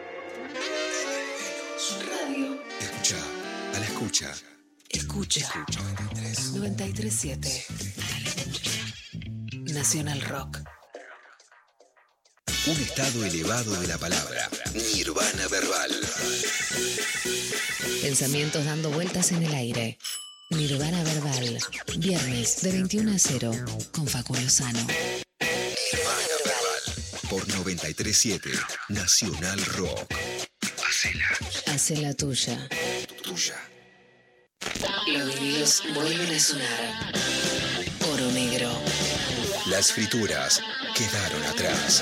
Radio. Escucha. A la escucha. Escucha. Escucha. noventa y tres punto siete. Nacional Rock. Un estado elevado de la palabra. Nirvana verbal. Pensamientos dando vueltas en el aire. Nirvana verbal. Viernes de veintiuno a cero con Facu Lozano. Nirvana verbal. Por noventa y tres punto siete. Nacional Rock. Hacela. Hace la tuya. Tuya. Los vinilos vuelven a sonar. Oro negro. Las frituras quedaron atrás.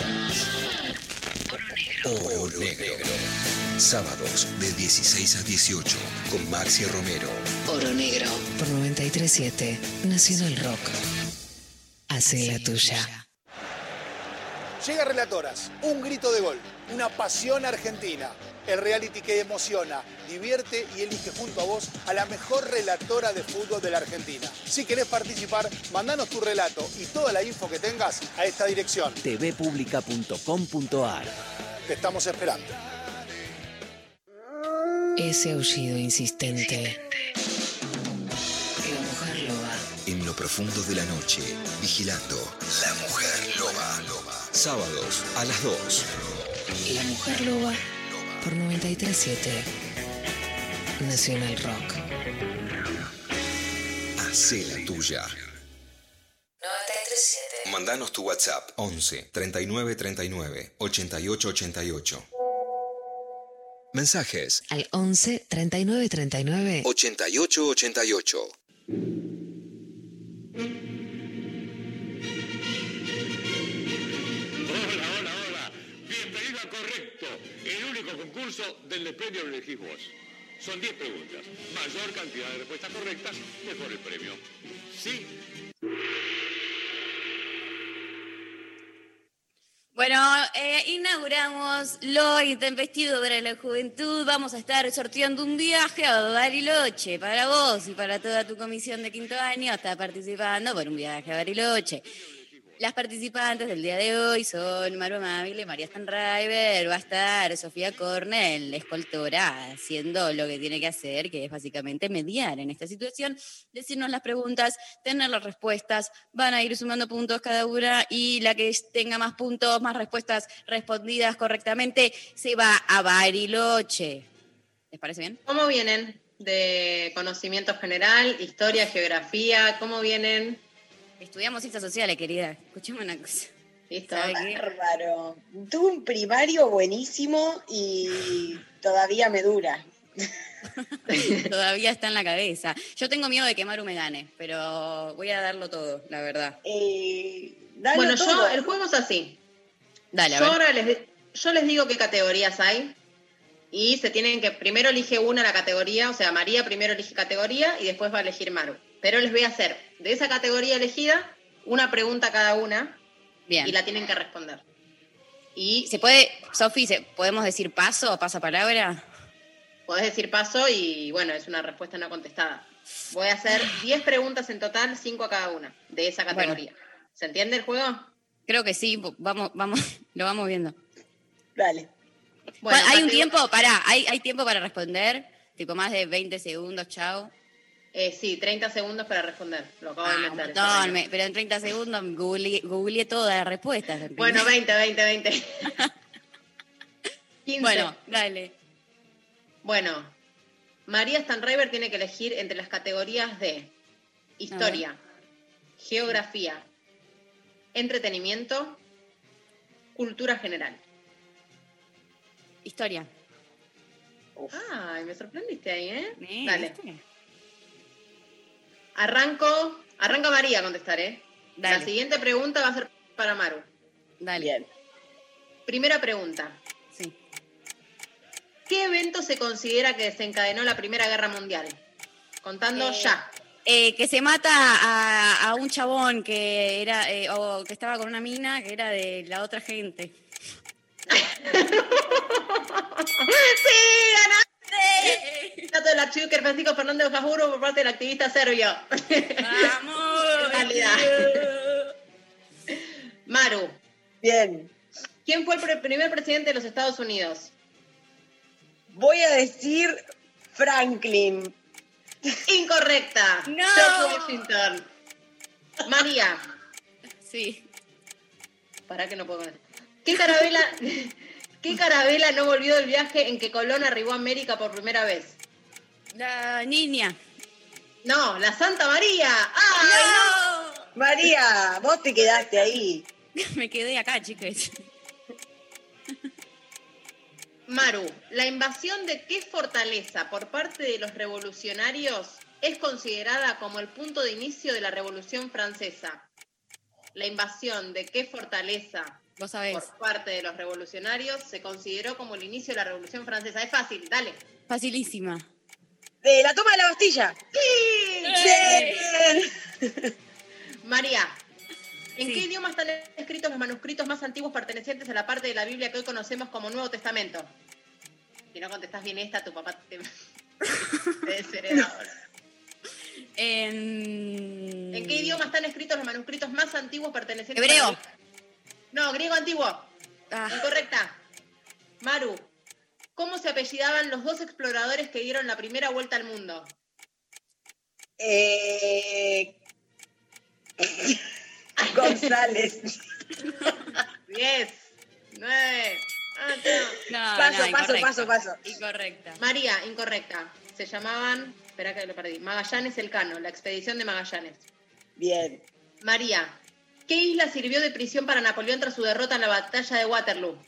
Oro negro. Sábados de dieciséis a dieciocho con Maxi Romero. Oro negro. Por noventa y tres punto siete. Nacional Rock. Hace la tuya. Llega Relatoras, un grito de gol, una pasión argentina. El reality que emociona, divierte y elige junto a vos a la mejor relatora de fútbol de la Argentina. Si querés participar, mandanos tu relato y toda la info que tengas a esta dirección. t v pública punto com punto a r. Te estamos esperando. Ese aullido insistente. La mujer loba. En lo profundo de la noche, vigilando. La mujer loba. Sábados a las dos. La mujer loba. Por noventa y tres punto siete. Nacional Rock. Hacé la tuya. noventa y tres punto siete. Mandanos tu WhatsApp once treinta y nueve treinta y nueve ochenta y ocho ochenta y ocho. Mensajes Al once treinta y nueve treinta y nueve. ochenta y ocho ochenta y ocho. Hola, hola, hola. Bienvenido a Correcto, el único concurso del premio lo elegís vos. Son diez preguntas. Mayor cantidad de respuestas correctas, mejor el premio. ¿Sí? Bueno, eh, inauguramos lo intempestivo para la juventud. Vamos a estar sorteando un viaje a Bariloche para vos y para toda tu comisión de quinto año. Está participando por un viaje a Bariloche. Las participantes del día de hoy son Maru Amabile, María Stanraiver, va a estar Sofía Cornell, escoltora, haciendo lo que tiene que hacer, que es básicamente mediar en esta situación, decirnos las preguntas, tener las respuestas, van a ir sumando puntos cada una y la que tenga más puntos, más respuestas respondidas correctamente, se va a Bariloche. ¿Les parece bien? ¿Cómo vienen de conocimiento general, historia, geografía? ¿Cómo vienen? Estudiamos ciencias sociales, querida. Escuchame una cosa. Listo. Bárbaro. Tuve un primario buenísimo y todavía me dura. Todavía está en la cabeza. Yo tengo miedo de que Maru me gane, pero voy a darlo todo, la verdad. Eh, bueno, todo. yo, el juego es así. Dale, a yo ver. ahora les, yo les digo qué categorías hay y se tienen que, primero elige una la categoría, o sea, María primero elige categoría y después va a elegir Maru. Pero les voy a hacer de esa categoría elegida una pregunta cada una. Bien. Y la tienen que responder. Y ¿Se puede, Sofi, ¿se- podemos decir paso o pasapalabra? podés decir paso y bueno, es una respuesta no contestada. Voy a hacer diez preguntas en total, cinco a cada una de esa categoría. ¿Se entiende el juego? Creo que sí, vamos, vamos, lo vamos viendo. Dale. Bueno, ¿Hay un categ- tiempo? Pará, ¿hay, ¿hay tiempo para responder? Tipo más de veinte segundos, chao. Eh, sí, treinta segundos para responder. Lo acabo de Ah, un inventar. montón, eso. me- pero en treinta segundos googleé, googleé todas las respuestas. ¿entendés? Bueno, veinte, veinte, veinte. quince. Bueno, dale. Bueno, María Stanraiver tiene que elegir entre las categorías de historia, geografía, entretenimiento, cultura general. Historia. Ay, me sorprendiste ahí, ¿eh? Sí, Dale. ¿viste? Arranco, arranca María a contestar, ¿eh? Dale. La siguiente pregunta va a ser para Maru. Dale. Bien. Primera pregunta. Sí. ¿Qué evento se considera que desencadenó la Primera Guerra Mundial? Contando Eh, ya. Eh, que se mata a, a un chabón que era eh, o que estaba con una mina que era de la otra gente. ¡Sí, ganaste! Dato del archiduque Francisco Fernández de Habsburgo por parte del activista serbio. ¡Vamos! Válida. Maru. Bien. ¿Quién fue el pre- primer presidente de los Estados Unidos? Voy a decir Franklin. Incorrecta. No. George Washington. María. Sí. Para que no puedo con esto. ¿Qué carabela, ¿Qué carabela no volvió del viaje en que Colón arribó a América por primera vez? La niña. No, la Santa María. ¡Ay, ¡No! no! María, vos te quedaste ahí. Me quedé acá, chicos. Maru, ¿la invasión de qué fortaleza por parte de los revolucionarios es considerada como el punto de inicio de la Revolución Francesa? La invasión de qué fortaleza Vos sabés. por parte de los revolucionarios se consideró como el inicio de la Revolución Francesa. Es fácil, dale. Facilísima. De la toma de la Bastilla. ¡Sí! Bien. María, ¿en Sí. qué idioma están escritos los manuscritos más antiguos pertenecientes a la parte de la Biblia que hoy conocemos como Nuevo Testamento? Si no contestás bien esta, tu papá te, te deshereda ahora. En... ¿En qué idioma están escritos los manuscritos más antiguos pertenecientes Hebreo. a la Biblia? No, griego antiguo. Ah, Incorrecta. Maru, ¿cómo se apellidaban los dos exploradores que dieron la primera vuelta al mundo? Eh... González. Diez, nueve, ocho. no, Paso, no, paso, incorrecta. paso, paso. Incorrecta. María, incorrecta. Se llamaban, espera que lo perdí, Magallanes Elcano, la expedición de Magallanes. Bien. María, ¿qué isla sirvió de prisión para Napoleón tras su derrota en la batalla de Waterloo?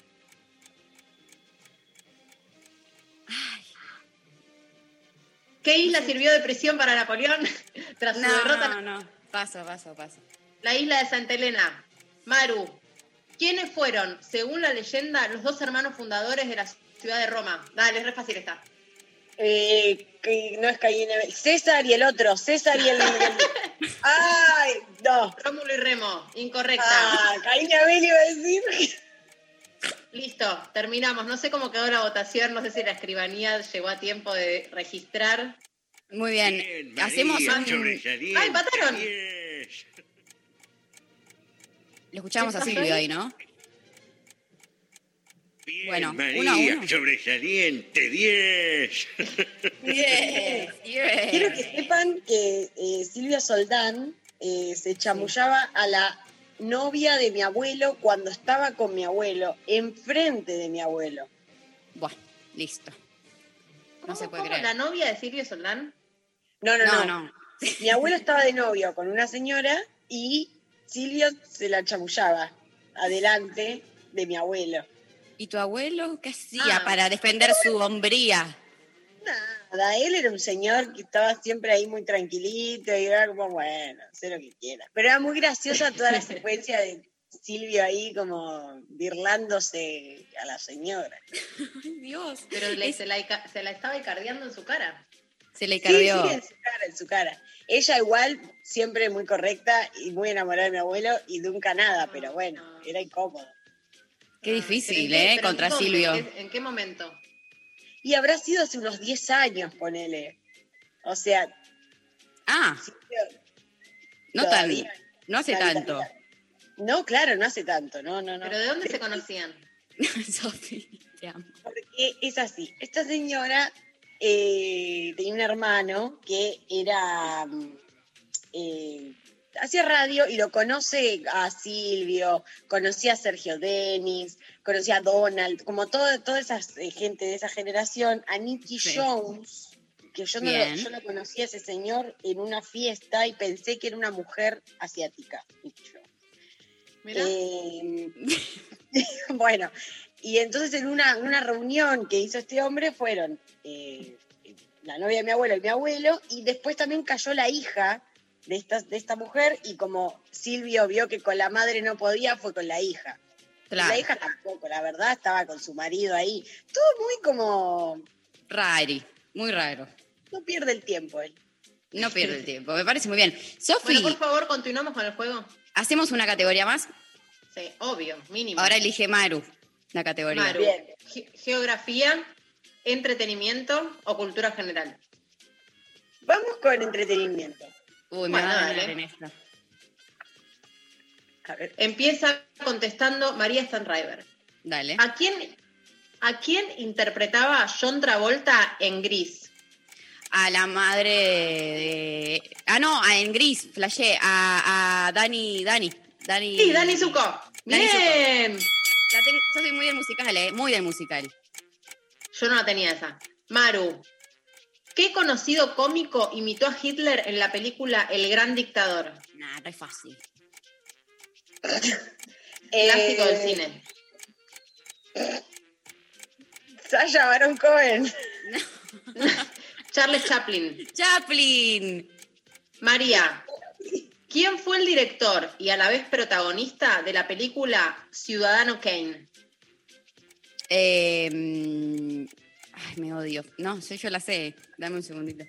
¿Qué isla sirvió de prisión para Napoleón tras su No, derrota? no, no. Paso, paso, paso. La isla de Santa Elena. Maru, ¿quiénes fueron, según la leyenda, los dos hermanos fundadores de la ciudad de Roma? Dale, es re fácil esta. Eh, que no es Caín y Abel. César y el otro. César y el... ¡Ay! No. Rómulo y Remo, incorrecta. Ah, Caín y Abel iba a decir. Listo, terminamos. No sé cómo quedó la votación, no sé si la escribanía llegó a tiempo de registrar. Muy bien. Bien, Hacemos María, un... sobresaliente, ¡Ay, empataron! diez. Lo escuchamos a ¿Qué pasó Silvio ahí? ahí, ¿no? Bien, Bueno, María, uno a uno. sobresaliente, diez. Yes, yes. Quiero que sepan que eh, Silvia Soldán eh, se chamullaba a la novia de mi abuelo cuando estaba con mi abuelo, enfrente de mi abuelo. Buah, listo. No se puede ¿Cómo, creer. la novia de Silvio Soldán? No, no, no. No, no. Mi abuelo estaba de novio con una señora y Silvia se la chamullaba adelante de mi abuelo. ¿Y tu abuelo qué hacía Ah. para defender su hombría? Nada, él era un señor que estaba siempre ahí muy tranquilito y era como, bueno, sé lo que quiera. Pero era muy graciosa toda la secuencia de Silvio ahí como birlándose a la señora. Ay, Dios. Pero le- Es- se, la, ica- se la estaba icardeando en su cara. Se le Sí, cardió. sí, en su cara, en su cara. Ella igual, siempre muy correcta y muy enamorada de mi abuelo y nunca nada, pero bueno, era incómodo. Qué Ah, difícil, pero ¿en qué- ¿eh? pero en Contra dónde? Silvio. ¿En qué, en qué momento? Y habrá sido hace unos diez años, ponele. O sea, Ah, Silvio no tan, todavía- no hace todavía- tanto. No, claro, no hace tanto, no, no, no. ¿Pero de dónde se conocían? Sofi, te amo. Porque es así, esta señora eh, tenía un hermano que era, mm, eh, hacía radio y lo conoce a Silvio, conocía a Sergio Denis, conocía a Donald, como todo, toda esa eh, gente de esa generación, a Nicky Sí. Jones, que yo, no lo, Bien. yo lo conocí a ese señor en una fiesta y pensé que era una mujer asiática, Nicky Jones. Mirá. Eh, bueno, y entonces en una, una reunión que hizo este hombre fueron eh, la novia de mi abuelo y mi abuelo, y después también cayó la hija de esta, de esta mujer, y como Silvio vio que con la madre no podía, fue con la hija. Y Claro. la hija tampoco, la verdad, estaba con su marido ahí. Todo muy como... Rari, muy raro. No pierde el tiempo él. No pierde el tiempo, me parece muy bien. Sofi, Bueno, por favor, continuamos con el juego. hacemos una categoría más. Sí, obvio, mínimo. Ahora elige Maru la categoría. Maru, Bien. ge- geografía, entretenimiento o cultura general. Vamos con entretenimiento. Uy, me Bueno, va a dale. ganar en esta. A ver. Empieza contestando María Stanriver. Dale. ¿A quién, ¿A quién interpretaba John Travolta en Gris? A la madre de... Ah, no, a- en Gris, flashé. A, a Dani, Dani. Dani. Sí, Dani Zuko. Dani Bien. Zuko. La ten- Yo soy muy del musical, ¿eh? Muy del musical. Yo no la tenía esa. Maru, ¿qué conocido cómico imitó a Hitler en la película El Gran Dictador? Nah, re fácil. Clásico del cine. Sasha Baron Cohen. Charles Chaplin. Chaplin. María, ¿quién fue el director y a la vez protagonista de la película Ciudadano Kane? Eh, mm, ay, me odio. No, yo, yo la sé. Dame un segundito.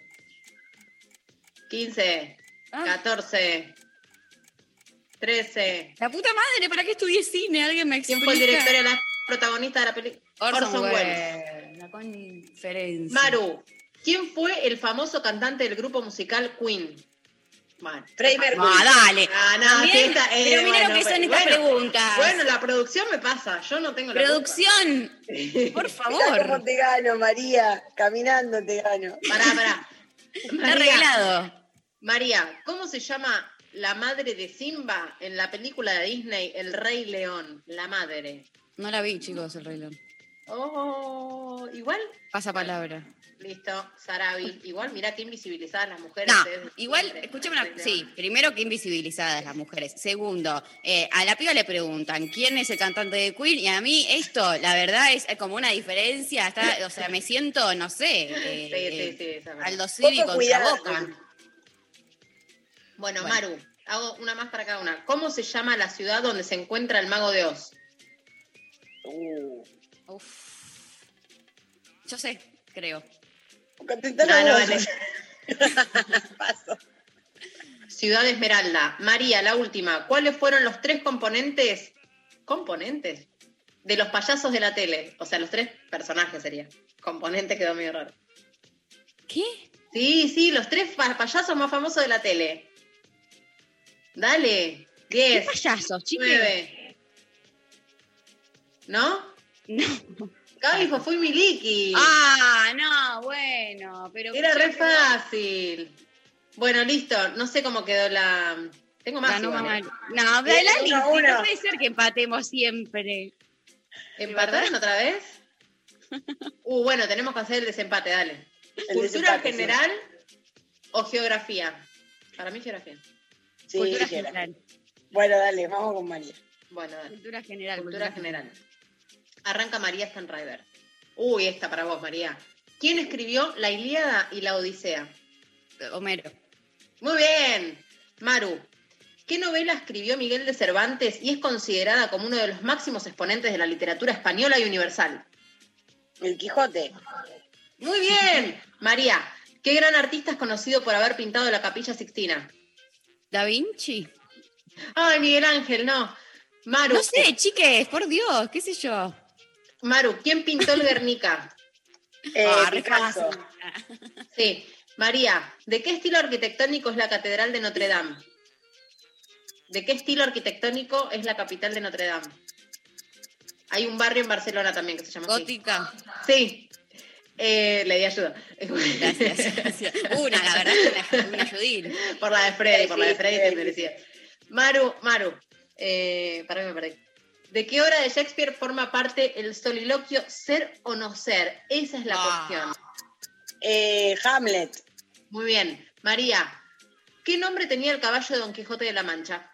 quince, Ah. catorce, trece. La puta madre, ¿para qué estudié cine? ¿Alguien me explica? ¿Quién fue el director y la protagonista de la película? Orson, Orson Welles. Welles. La conferencia. Maru, ¿quién fue el famoso cantante del grupo musical Queen? Bueno, Freddie Mercury. Ah, dale. Ah, no, También, sí, esta- eh, pero mira bueno, lo que son pero- estas bueno, preguntas. Bueno, la producción me pasa, yo no tengo la Producción, por Mirá favor. cómo te gano, María. Caminando te gano. culpa. Pará, pará. Está arreglado. María, ¿cómo se llama la madre de Simba en la película de Disney El Rey León? La madre. No la vi, chicos, el Rey León. Oh, igual. Pasa palabra. Listo, Sarabi. Igual, mirá que invisibilizadas las mujeres. No, ustedes igual, siempre. escúchame una... Sí, primero que invisibilizadas las mujeres. Segundo, eh, a la piba le preguntan quién es el cantante de Queen y a mí esto, la verdad, es como una diferencia. Está, o sea, me siento, no sé, eh, Sí, sí, eh, sí, esa es verdad. Aldo Civi Poco contra cuidado. Boca. Bueno, Bueno. Maru, hago una más para cada una. ¿Cómo se llama la ciudad donde se encuentra el Mago de Oz? Uh. Uf. Yo sé, creo. Contestalo No, no, vos. vale. Paso. Ciudad Esmeralda. María, la última. ¿Cuáles fueron los tres componentes? ¿Componentes? De los payasos de la tele. O sea, los tres personajes sería. Componentes quedó medio raro. ¿Qué? Sí, sí, los tres pa- payasos más famosos de la tele. Dale. Diez. ¿Qué payasos, chicos? Nueve. ¿No? No. Gaby, Fofo y Miliki. Ah, no, bueno, pero... Era re escuchame, fácil. Bueno, listo. No sé cómo quedó la... Tengo más. Ganó igual, mamá. ¿eh? No, Bien, la uno a lista, uno. no puede ser que empatemos siempre. ¿Empataron otra vez? Uh, bueno, tenemos que hacer el desempate, dale. El ¿Cultura desempate, sí. general o geografía? Para mí geografía. Sí, Cultura dijera. general. Bueno, dale, vamos con María. Bueno, dale. Cultura general. Cultura general. Arranca María Stanriver. Uy, esta para vos, María. ¿Quién escribió La Ilíada y la Odisea? Homero. Muy bien. Maru, ¿qué novela escribió Miguel de Cervantes y es considerada como uno de los máximos exponentes de la literatura española y universal? El Quijote. Muy bien. María, ¿qué gran artista es conocido por haber pintado la Capilla Sixtina? Da Vinci. Ay, Miguel Ángel, no. Maru, No sé, chiques, por Dios, qué sé yo. Maru, ¿quién pintó el Guernica? Eh, Ah, re Picasso. fácil. Sí. María, ¿de qué estilo arquitectónico es la Catedral de Notre Dame? ¿De qué estilo arquitectónico es la capital de Notre Dame? Hay un barrio en Barcelona también que se llama así. Gótica. Sí. Eh, le di ayuda. Gracias, gracias. Una, la verdad, una, una ayudín. Por la de Freddy, por la de Sí, Freddy sí, te sí. merecía. Maru, Maru, eh, para que me perdí. ¿De qué obra de Shakespeare forma parte el soliloquio Ser o no ser? Esa es la Ah. cuestión. Eh, Hamlet. Muy bien. María, ¿qué nombre tenía el caballo de Don Quijote de la Mancha?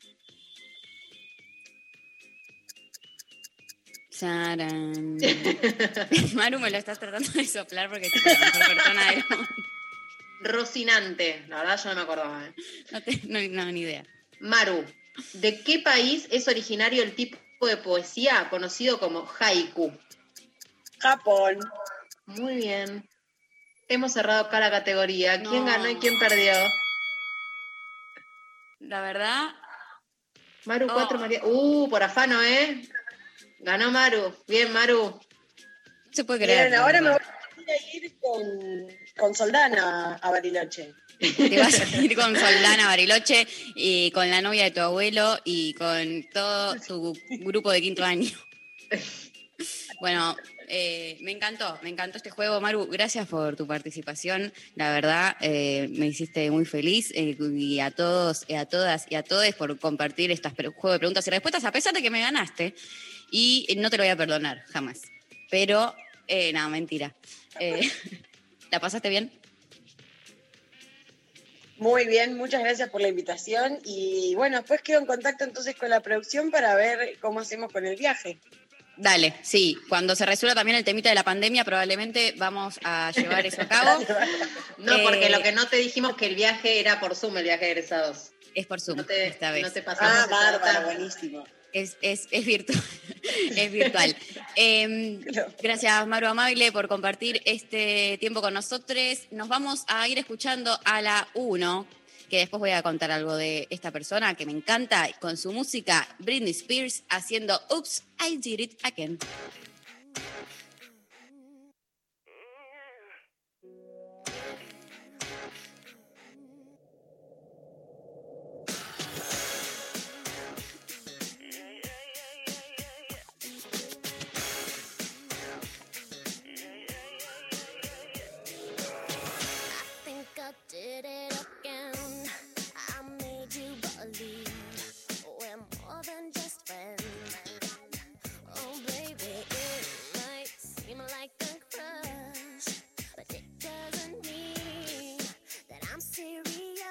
Charan. Maru me lo estás tratando de soplar porque es la mejor persona del mundo. Rocinante. La verdad yo no me acordaba. ¿eh? No, te- no, no, ni idea. Maru, ¿de qué país es originario el tipo de poesía conocido como haiku? Japón. Muy bien. Hemos cerrado acá la categoría. ¿Quién No. ganó y quién perdió? La verdad, Maru Oh. cuatro, María. Uh, por afano, ¿eh? Ganó Maru. Bien, Maru. no se puede creer. Bien, ahora me voy a ir con, con Soldana a Bariloche. Te vas a ir con Soldana Bariloche y con la novia de tu abuelo y con todo tu grupo de quinto año. Bueno, eh, me encantó, me encantó este juego, Maru. Gracias por tu participación. La verdad, eh, me hiciste muy feliz. Eh, y a todos, y a todas y a todos por compartir este juego de preguntas y respuestas, a pesar de que me ganaste. Y no te lo voy a perdonar, jamás. Pero, eh, no, mentira. Eh, ¿La pasaste bien? Muy bien, muchas gracias por la invitación. Y bueno, después quedo en contacto entonces con la producción para ver cómo hacemos con el viaje. Dale, sí. Cuando se resuelva también el temita de la pandemia, probablemente vamos a llevar eso a cabo. No, porque Eh, lo que no te dijimos que el viaje era por Zoom, el viaje de egresados. Es por Zoom, No te, esta vez. no te pasamos Ah, esa bárbaro, data. buenísimo. Es, es, es virtual. Es virtual. Eh, gracias, Maru Amable, por compartir este tiempo con nosotros. Nos vamos a ir escuchando a la uno, que después voy a contar algo de esta persona que me encanta, con su música, Britney Spears, haciendo Oops, I Did It Again. think I did it again. I made you believe we're more than just friends. Oh, baby, it might seem like a crush, but it doesn't mean that I'm serious.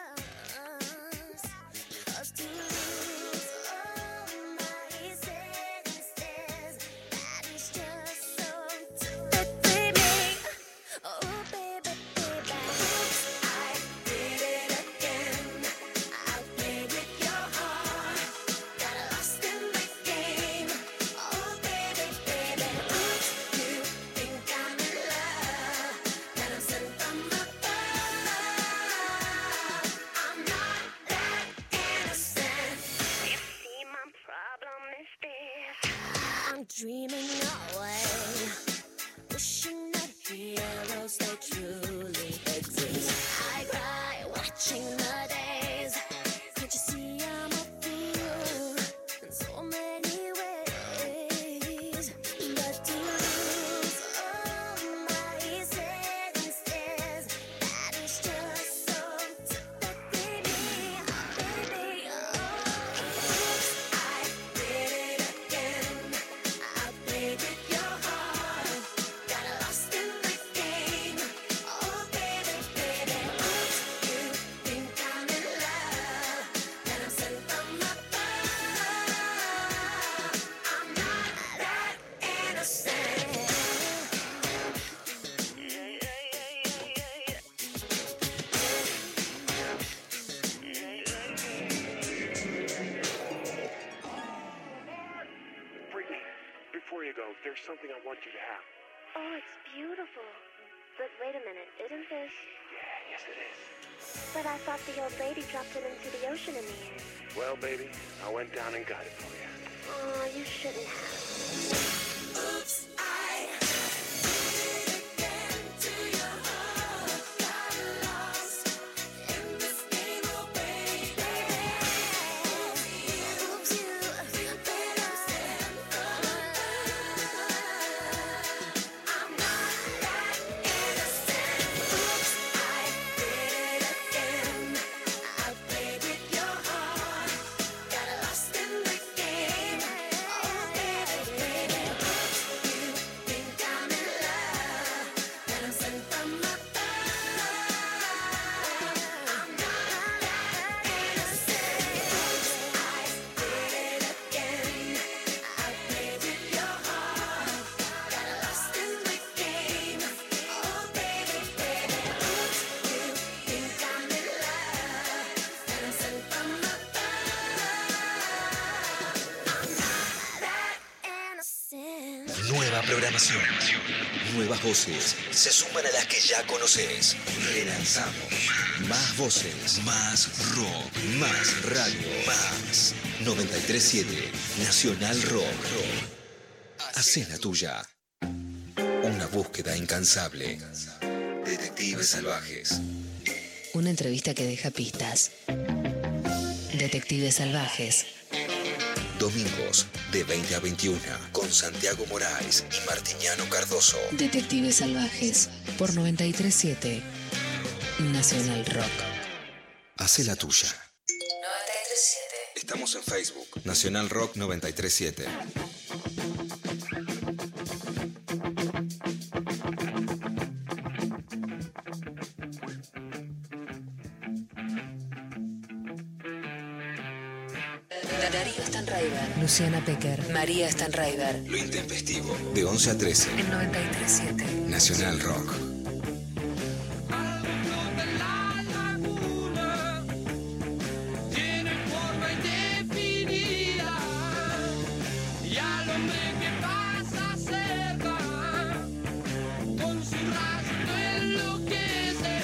'Cause to lose all my senses, that is just so typically me. Oh, baby, baby, oops, I did it again. I played with your heart, got lost in the game. Oh, baby, baby, oops, you think I'm in love, that I'm sent from above. I'm not that innocent. You see, my problem is this: I'm dreaming away, wishing that heroes they truly exist. I cry watching the days. Can't you see I'm a fool in so many ways? But to lose all my senses, that is just so typically me, baby. Oh, oops, I did it again. I played with your heart, got lost in the game. Oh, baby, baby, oops, you think I'm in love, that I'm sent from above. I'm not that innocent. Brittany, before you go, there's something I want you to have. Oh, it's beautiful. But wait a minute, isn't this? Yeah, yes it is. But I thought the old lady dropped it into the ocean in the end. Well, baby, I went down and got it for you. Oh, you shouldn't have. Oops, I did it again to your heart. Got lost in this game, oh baby. Oops, you think I'm sent from above. I'm not that innocent. Oops, I did it again. I played with your heart, got lost in the game. Oh baby, baby, oops, you think I'm in love, that I'm sent from above. I'm not that innocent. Oops, I did it again. I played with your heart, got lost in the game. Oh baby, baby, oops, you think I'm in love, that I'm sent from above. Nueva programación, nuevas voces se suman a las que ya conoces. Relanzamos más voces, más rock, más radio, más noventa y tres siete Nacional Rock. Hacé la tuya. Una búsqueda incansable. Detectives salvajes. Una entrevista que deja pistas. Detectives Salvajes. Domingos de veinte a veintiuno con Santiago Moraes y Martiniano Cardoso. Detectives Salvajes por noventa y tres punto siete Nacional Rock. Hace la tuya. noventa y tres punto siete Estamos en Facebook. Nacional Rock noventa y tres punto siete. Darío Stanraiver, Luciana Pecker, María Stanraiver. Lo intempestivo. De once a trece. En noventa y tres punto siete Nacional Rock. Y al hombre que pasa cerca, con su rastro enloquece.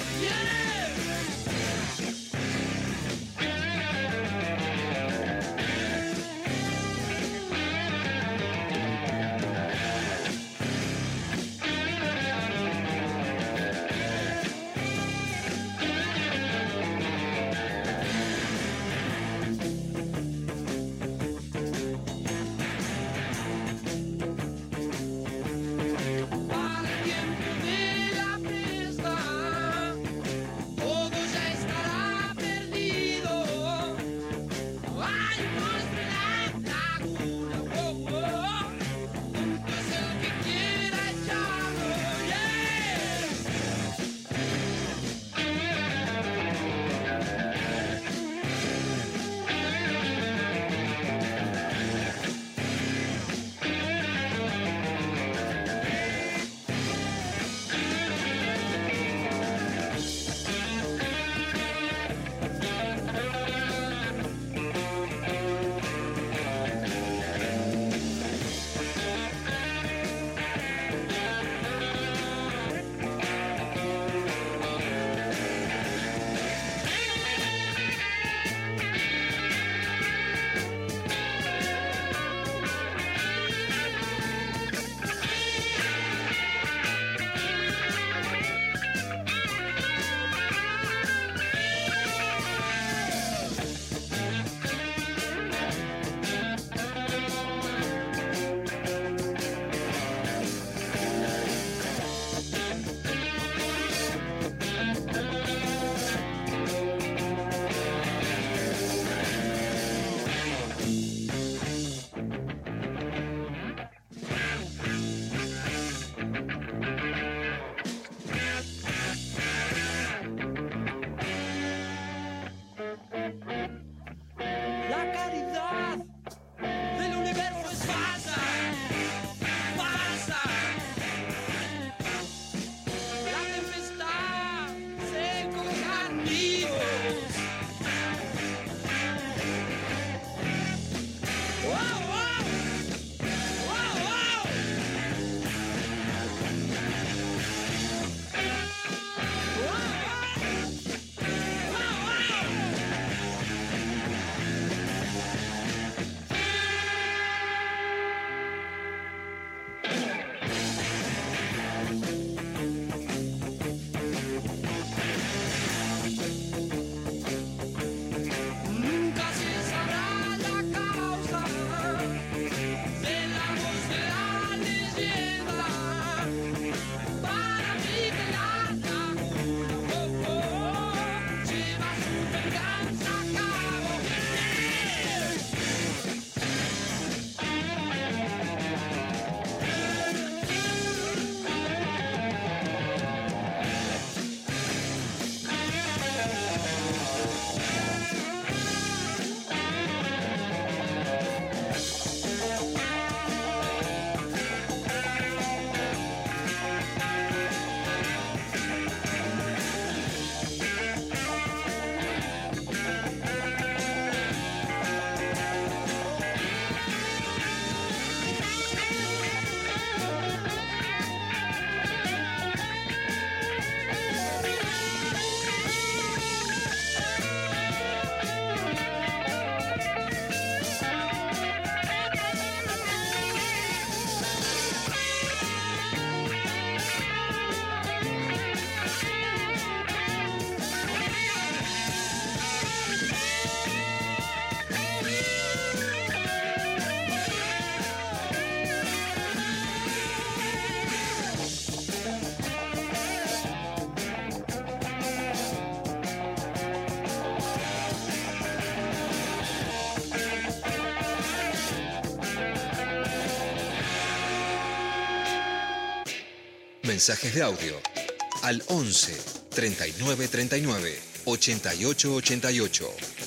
mensajes de audio al once, treinta y nueve, treinta y nueve, ochenta y ocho, ochenta y ocho.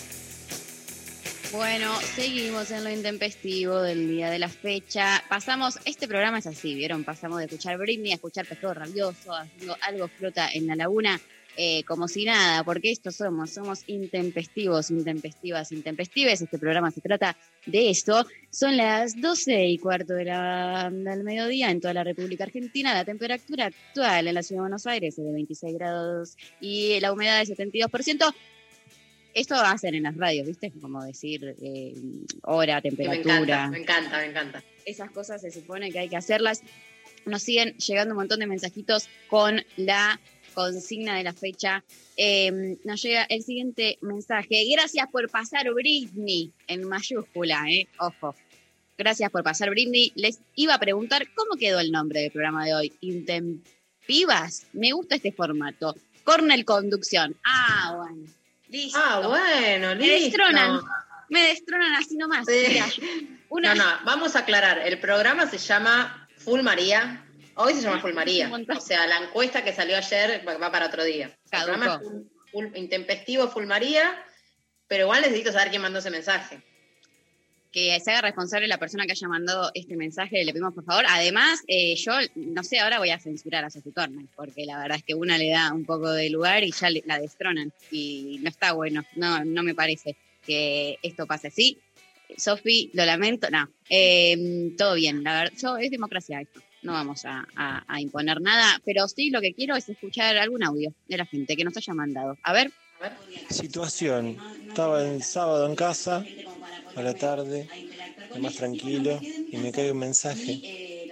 Bueno, seguimos en lo intempestivo del día de la fecha. Pasamos, este programa es así, ¿vieron? Pasamos de escuchar Britney a escuchar Pescado Rabioso, haciendo algo flota en la laguna, eh, como si nada, porque esto somos, somos intempestivos, intempestivas, intempestives. Este programa se trata de esto. Son las doce y cuarto de la, del mediodía en toda la República Argentina. La temperatura actual en la ciudad de Buenos Aires es de veintiséis grados y la humedad de setenta y dos por ciento. Esto hacen en las radios, ¿viste? Como decir eh, hora, temperatura. Me encanta, me encanta, me encanta. Esas cosas se supone que hay que hacerlas. Nos siguen llegando un montón de mensajitos con la consigna de la fecha. Eh, nos llega el siguiente mensaje. Gracias por pasar Britney, en mayúscula, ¿eh? Ojo. Gracias por pasar Britney. Les iba a preguntar cómo quedó el nombre del programa de hoy. Intempivas. Me gusta este formato. Cornel Conducción. Ah, bueno. Listo. Ah, bueno, listo. Me destronan, me destronan así nomás. Sí. Mira, una... No, no, vamos a aclarar. El programa se llama Full María. Hoy se llama Full María. O sea, la encuesta que salió ayer va para otro día. El programa es full, full, intempestivo Full María, pero igual necesito saber quién mandó ese mensaje. Que se haga responsable la persona que haya mandado este mensaje, le pedimos por favor. Además, eh, yo, no sé, ahora voy a censurar a Sophie Cornell, porque la verdad es que una le da un poco de lugar y ya le, la destronan. Y no está bueno, no, no me parece que esto pase así. Sophie, lo lamento, no. Eh, todo bien, la verdad, yo, es democracia esto. No vamos a, a, a imponer nada, pero sí lo que quiero es escuchar algún audio de la gente que nos haya mandado. A ver. A ver. Situación. Estaba el sábado en casa, a la tarde, más tranquilo, y me cae un mensaje.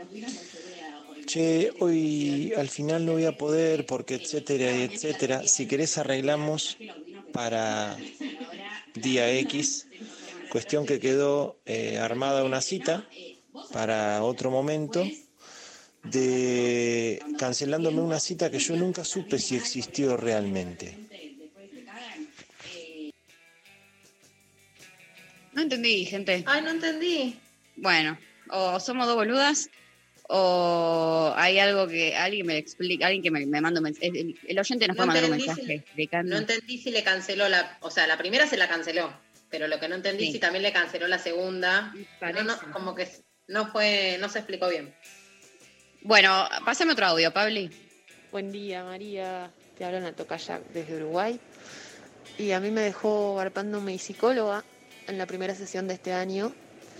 Che, hoy al final no voy a poder porque etcétera y etcétera. Si querés arreglamos para día X. Cuestión que quedó eh, armada una cita para otro momento, de cancelándome una cita que yo nunca supe si existió realmente. No entendí, gente. Ay, no entendí. Bueno, o somos dos boludas, o hay algo que alguien me explica, alguien que me, me manda un mensaje. El, el oyente nos No puede mandar un entendí mensaje. si le- No entendí si le canceló la... O sea, la primera se la canceló, pero lo que no entendí Sí. si también le canceló la segunda. Parece. No, no, como que no fue, no se explicó bien. Bueno, pásame otro audio, Pabli. Buen día, María. Te habla Ana Tocaya desde Uruguay. Y a mí me dejó garpando mi psicóloga en la primera sesión de este año.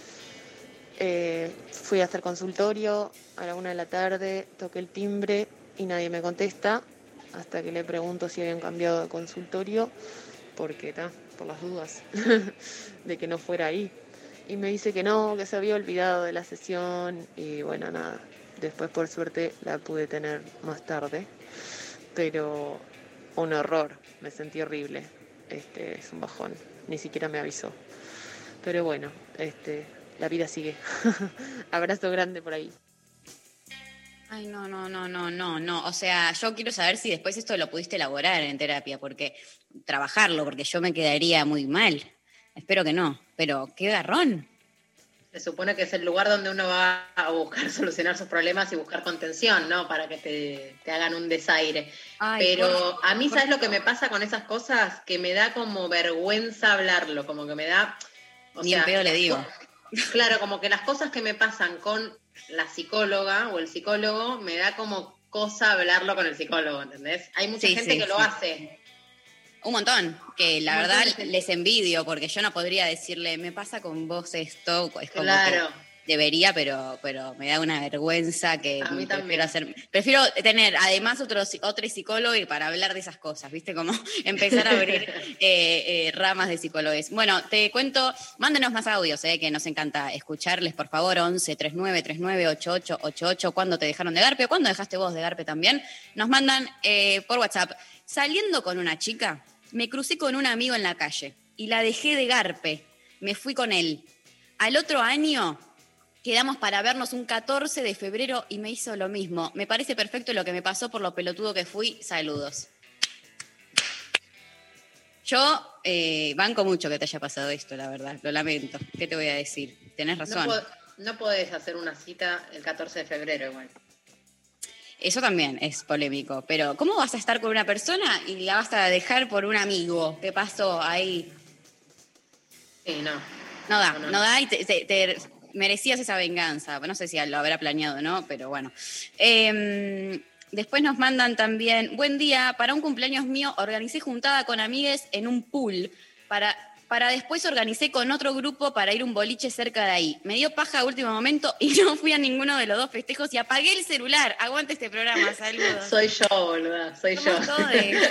Eh, fui a hacer consultorio a la una de la tarde, toqué el timbre y nadie me contesta, hasta que le pregunto si habían cambiado de consultorio, porque está, por las dudas de que no fuera ahí. Y me dice que no, que se había olvidado de la sesión y bueno, nada. Después, por suerte, la pude tener más tarde, pero un horror, me sentí horrible. Este, es un bajón, ni siquiera me avisó. Pero bueno, este, la vida sigue. Abrazo grande por ahí. Ay, no, no, no, no, no, no. O sea, yo quiero saber si después esto lo pudiste elaborar en terapia, porque trabajarlo, porque yo me quedaría muy mal. Espero que no, pero qué garrón. Se supone que es el lugar donde uno va a buscar solucionar sus problemas y buscar contención, ¿no? Para que te, te hagan un desaire. Ay, Pero por- a mí, por ¿sabes lo que me favor. pasa con esas cosas? Que me da como vergüenza hablarlo, como que me da... o Ni en sea, pedo le las digo. co- Claro, como que las cosas que me pasan con la psicóloga o el psicólogo, me da como cosa hablarlo con el psicólogo, ¿entendés? Hay mucha Sí, gente sí, que lo sí. hace. Un montón, que la Un montón verdad de gente. les envidio, porque yo no podría decirle, me pasa con vos esto, es como Claro. que debería, pero, pero me da una vergüenza que A mí prefiero también. hacer, prefiero tener además otro, otro psicólogo y para hablar de esas cosas, ¿viste? Como empezar a abrir eh, eh, ramas de psicólogos. Bueno, te cuento, mándenos más audios, eh, que nos encanta escucharles, por favor, once, treinta y nueve, treinta y nueve, ochenta y ocho ochenta y ocho, ¿cuándo te dejaron de garpe? ¿Cuándo dejaste vos de garpe también? Nos mandan eh, por WhatsApp, saliendo con una chica, me crucé con un amigo en la calle y la dejé de garpe, me fui con él. Al otro año quedamos para vernos un catorce de febrero y me hizo lo mismo. Me parece perfecto lo que me pasó por lo pelotudo que fui. Saludos. Yo eh, banco mucho que te haya pasado esto, la verdad. Lo lamento. ¿Qué te voy a decir? Tenés razón. No, po- no podés hacer una cita el catorce de febrero igual. Eso también es polémico, pero ¿cómo vas a estar con una persona y la vas a dejar por un amigo? ¿Qué pasó ahí? Sí, no. No da, No, no, no. da y te, te- te merecías esa venganza. No sé si lo habrá planeado o no, pero bueno. Eh, después nos mandan también, buen día, para un cumpleaños mío organicé juntada con amigues en un pool para... Para después organicé con otro grupo para ir a un boliche cerca de ahí. Me dio paja a último momento y no fui a ninguno de los dos festejos y apagué el celular. Aguante este programa, saludos. Soy yo, boluda, soy yo. Somos todes.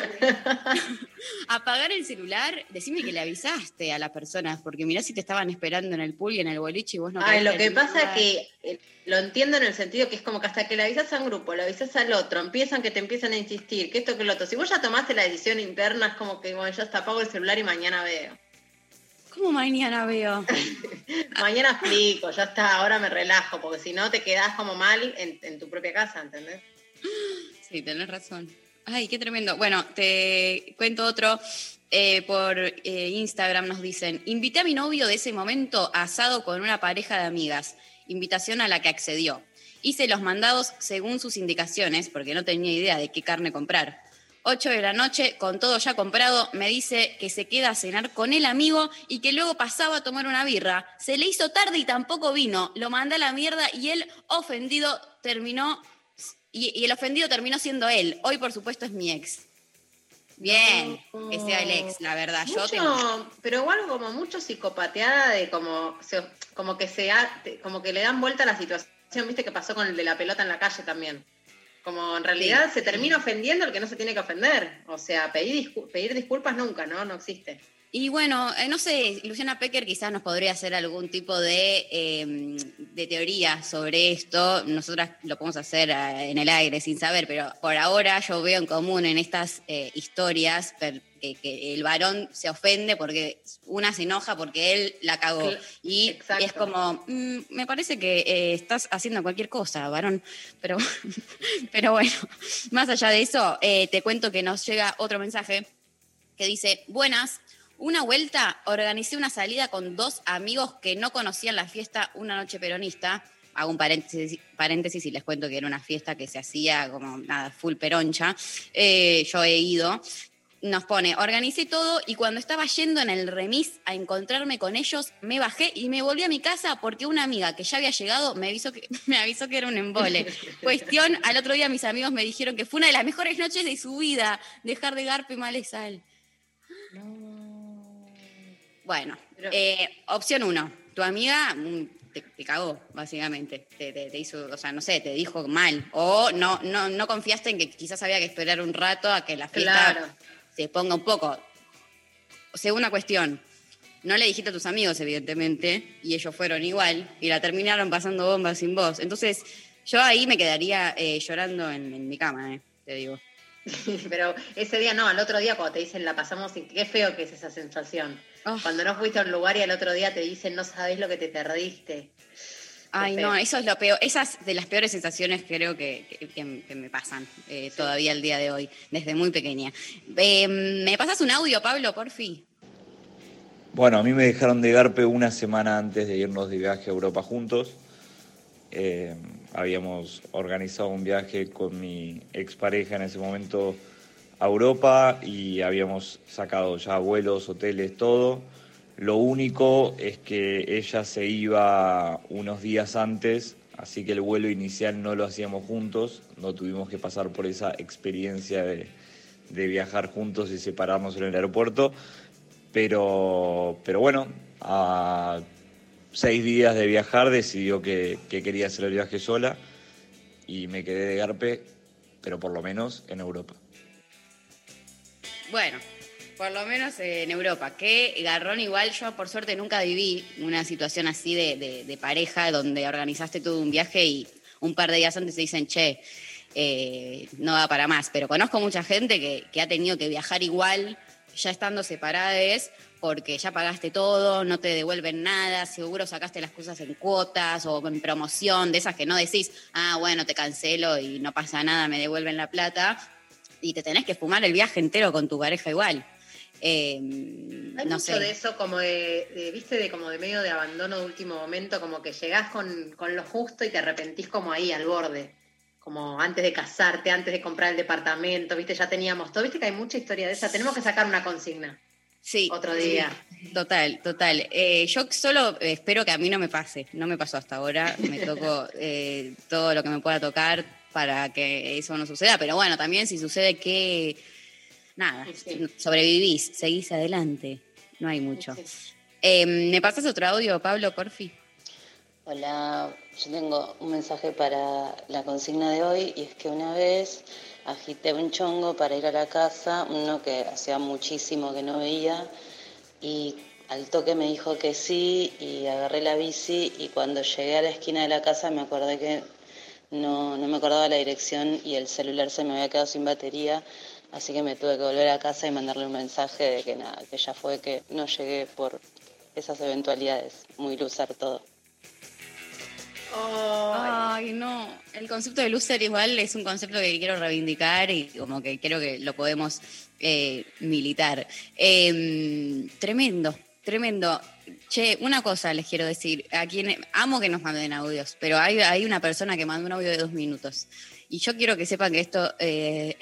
Apagar el celular, decime que le avisaste a las personas, porque mirá si te estaban esperando en el pool y en el boliche y vos no Ay, lo caíste que en pasa es nada. que eh, lo entiendo en el sentido que es como que hasta que le avisas a un grupo, le avisas al otro, empiezan que te empiezan a insistir, que esto, que lo otro. Si vos ya tomaste la decisión interna, es como que, bueno, ya hasta apago el celular y mañana veo. ¿Cómo mañana veo? Mañana explico, ya está, ahora me relajo, porque si no te quedás como mal en, en tu propia casa, ¿entendés? Sí, tenés razón. Ay, qué tremendo. Bueno, te cuento otro. Eh, por eh, Instagram nos dicen, invité a mi novio de ese momento a asado con una pareja de amigas. Invitación a la que accedió. Hice los mandados según sus indicaciones, porque no tenía idea de qué carne comprar. ocho de la noche, con todo ya comprado, me dice que se queda a cenar con el amigo y que luego pasaba a tomar una birra. Se le hizo tarde y tampoco vino. Lo mandé a la mierda y él ofendido terminó... Y, y el ofendido terminó siendo él. Hoy, por supuesto, es mi ex. Bien, No. que sea el ex, la verdad. Yo Mucho, tengo... pero igual como mucho psicopateada de como, se- como que se ha- como que le dan vuelta a la situación, viste que pasó con el de la pelota en la calle también. Como en realidad Sí. se termina ofendiendo el que no se tiene que ofender. O sea, pedir, discu- pedir disculpas nunca, ¿no? No existe. Y bueno, eh, no sé, Luciana Pecker quizás nos podría hacer algún tipo de, eh, de teoría sobre esto. Nosotras lo podemos hacer eh, en el aire sin saber, pero por ahora yo veo en común en estas eh, historias per- que, que el varón se ofende porque una se enoja porque él la cagó. Cl- Y exacto. es como, mm, me parece que eh, estás haciendo cualquier cosa, varón. Pero, pero bueno, más allá de eso, eh, te cuento que nos llega otro mensaje que dice, buenas, una vuelta organicé una salida con dos amigos que no conocían la fiesta Una Noche Peronista. Hago un paréntesis, paréntesis y les cuento que era una fiesta que se hacía como nada, full peroncha. Eh, yo he ido. Nos pone, organicé todo y cuando estaba yendo en el remis a encontrarme con ellos, me bajé y me volví a mi casa porque una amiga que ya había llegado me avisó que, me avisó que era un embole. Cuestión, al otro día mis amigos me dijeron que fue una de las mejores noches de su vida, dejar de garpe malezal. Bueno, eh, opción uno, tu amiga mm, te, te cagó, básicamente, te, te- te hizo, o sea, no sé, te dijo mal, o no, no, no confiaste en que quizás había que esperar un rato a que la fiesta Claro. se ponga un poco. Segunda cuestión, no le dijiste a tus amigos, evidentemente, y ellos fueron igual, y la terminaron pasando bombas sin vos. Entonces, yo ahí me quedaría eh, llorando en, en mi cama, eh, te digo. Pero ese día no, al otro día cuando te dicen la pasamos, y qué feo que es esa sensación. Oh. Cuando no fuiste a un lugar y al otro día te dicen no sabés lo que te perdiste. Ay, feo. no, eso es lo peor. Esas de las peores sensaciones creo que, que- que- que me pasan eh, todavía el día de hoy, desde muy pequeña. Eh, ¿Me pasas un audio, Pablo, porfi? Bueno, a mí me dejaron de garpe una semana antes de irnos de viaje a Europa juntos. Eh, habíamos organizado un viaje con mi expareja en ese momento a Europa y habíamos sacado ya vuelos, hoteles, todo. Lo único es que ella se iba unos días antes, así que el vuelo inicial no lo hacíamos juntos. No tuvimos que pasar por esa experiencia de, de viajar juntos y separarnos en el aeropuerto. Pero, pero bueno, a seis días de viajar decidió que, que quería hacer el viaje sola y me quedé de garpe, pero por lo menos en Europa. Bueno, por lo menos eh, en Europa. Qué garrón, igual yo por suerte nunca viví una situación así de, de- de pareja donde organizaste todo un viaje y un par de días antes te dicen, che, eh, no da para más. Pero conozco mucha gente que, que ha tenido que viajar igual, ya estando separadas, porque ya pagaste todo, no te devuelven nada, seguro sacaste las cosas en cuotas o en promoción, de esas que no decís, ah, bueno, te cancelo y no pasa nada, me devuelven la plata, y te tenés que fumar el viaje entero con tu pareja igual. Eh, Hay no mucho sé. de eso como de, de, viste, de como de medio de abandono de último momento, como que llegás con, con lo justo y te arrepentís como ahí, al borde. como antes de casarte, antes de comprar el departamento, viste, ya teníamos todo, viste que hay mucha historia de esa, tenemos que sacar una consigna. Sí. Otro día. Sí, total, total. Eh, yo solo espero que a mí no me pase, no me pasó hasta ahora, me toco eh, todo lo que me pueda tocar para que eso no suceda, pero bueno, también si sucede que, nada, Sí. sobrevivís, seguís adelante, no hay mucho. Eh, ¿Me pasas otro audio, Pablo, porfi? Hola, yo tengo un mensaje para la consigna de hoy y es que una vez agité un chongo para ir a la casa, uno que hacía muchísimo que no veía, y al toque me dijo que sí y agarré la bici y cuando llegué a la esquina de la casa me acordé que no, no me acordaba la dirección y el celular se me había quedado sin batería, así que me tuve que volver a casa y mandarle un mensaje de que nada, que ya fue, que no llegué por esas eventualidades. Muy loser todo. Ay, no. El concepto de loser igual es un concepto que quiero reivindicar y como que creo que lo podemos eh, militar. Eh, tremendo, tremendo. Che, una cosa les quiero decir. A quien amo que nos manden audios, pero hay, hay una persona que mandó un audio de dos minutos. Y yo quiero que sepan que esto eh,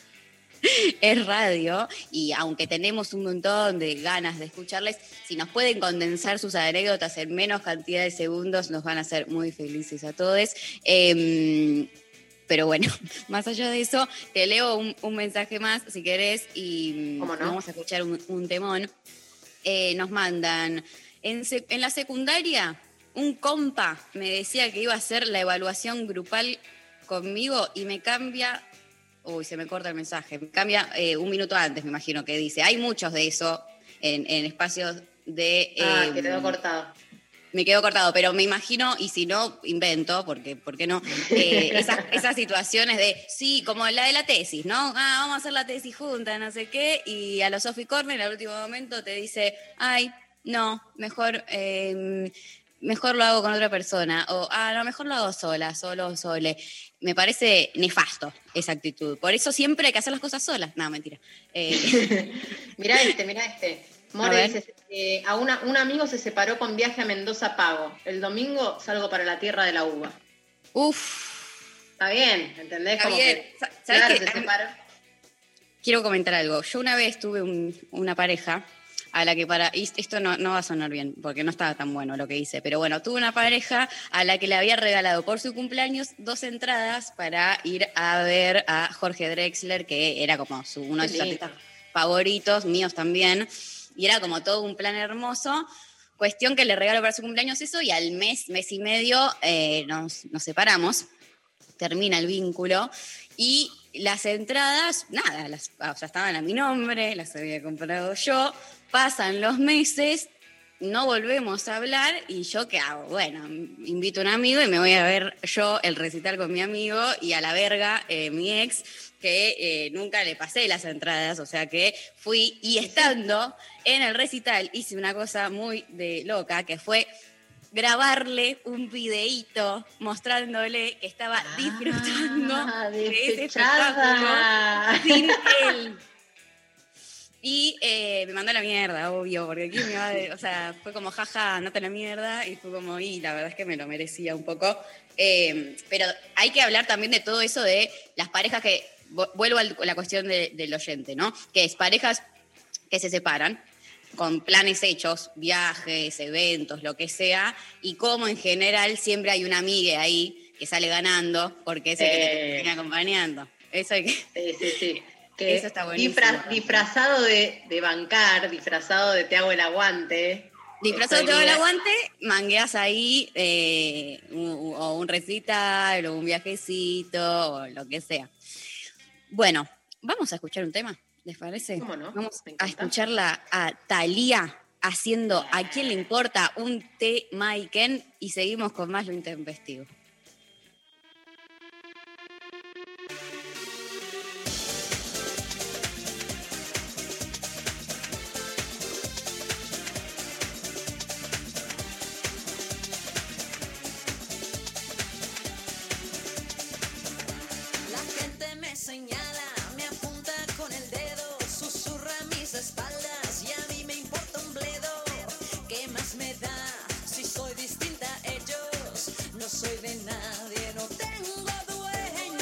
es radio y aunque tenemos un montón de ganas de escucharles, si nos pueden condensar sus anécdotas en menos cantidad de segundos, nos van a hacer muy felices a todos. Eh, pero bueno, más allá de eso, te leo un, un mensaje más, si querés, y ¿Cómo no? vamos a escuchar un, un temón. Eh, nos mandan, en, sec- en la secundaria, un compa me decía que iba a hacer la evaluación grupal conmigo y me cambia... Uy, se me corta el mensaje. Me cambia eh, un minuto antes, me imagino que dice. Hay muchos de eso en, en espacios de... Ah, eh, que quedó cortado. Me quedo cortado, pero me imagino, y si no, invento, porque ¿por qué no? Eh, esas, esas situaciones de, sí, como la de la tesis, ¿no? Ah, vamos a hacer la tesis juntas, no sé qué, y a los Sophie Corner al último momento te dice, ay, no, mejor... Eh, mejor lo hago con otra persona, o, ah, no, mejor lo hago sola, solo o sole. Me parece nefasto esa actitud. Por eso siempre hay que hacer las cosas solas. No, mentira. Eh, Mirá este, mirá este. A More ver. dice, eh, a una, un amigo se separó con viaje a Mendoza pago. El domingo salgo para la tierra de la uva. Uf. Está bien, ¿entendés? Está Como bien. que, Sa- ¿sabes claro, qué? se A mí- separó. Quiero comentar algo. Yo una vez tuve un- una pareja a la que para... y esto no, no va a sonar bien, porque no estaba tan bueno lo que hice, pero bueno, tuve una pareja a la que le había regalado por su cumpleaños dos entradas para ir a ver a Jorge Drexler, que era como su, uno de Qué sus lindo. artistas favoritos, míos también, y era como todo un plan hermoso. Cuestión que le regalo para su cumpleaños eso, y al mes, mes y medio eh, nos, nos separamos, termina el vínculo, y las entradas, nada, las, o sea, estaban a mi nombre, las había comprado yo, pasan los meses, no volvemos a hablar, y yo, ¿qué hago? Bueno, invito a un amigo y me voy a ver yo el recital con mi amigo, y a la verga, eh, mi ex, que eh, nunca le pasé las entradas, o sea que fui, y estando en el recital hice una cosa muy de loca, que fue grabarle un videíto mostrándole que estaba disfrutando de ese despechada. espectáculo sin él. Y eh, me mandó a la mierda, obvio, porque aquí me va de, o sea, fue como jaja, andate a la mierda, y fue como, y la verdad es que me lo merecía un poco. Eh, pero hay que hablar también de todo eso de las parejas que, vu- vuelvo a la cuestión de- del oyente, ¿no? Que es parejas que se separan con planes hechos, viajes, eventos, lo que sea, y como en general siempre hay una amiga ahí que sale ganando porque es el que te Eh. viene acompañando. Eso hay que... Sí, sí, sí. Que Eso está buenísimo. disfra- disfrazado de, de bancar, disfrazado de te hago el aguante. Disfrazado Estoy todo el bien. aguante, mangueas ahí eh, un, o un recital o un viajecito o lo que sea. Bueno, vamos a escuchar un tema, ¿les parece? ¿Cómo no? Vamos Me a encanta. escucharla a Thalía haciendo ¿A quién le importa? Un té Maiken, y seguimos con más Lo Intempestivo. La gente me señala, me apunta con el dedo, susurra a mis espaldas y a mí me importa un bledo. ¿Qué más me da si soy distinta a ellos? No soy de nadie, no tengo dueño.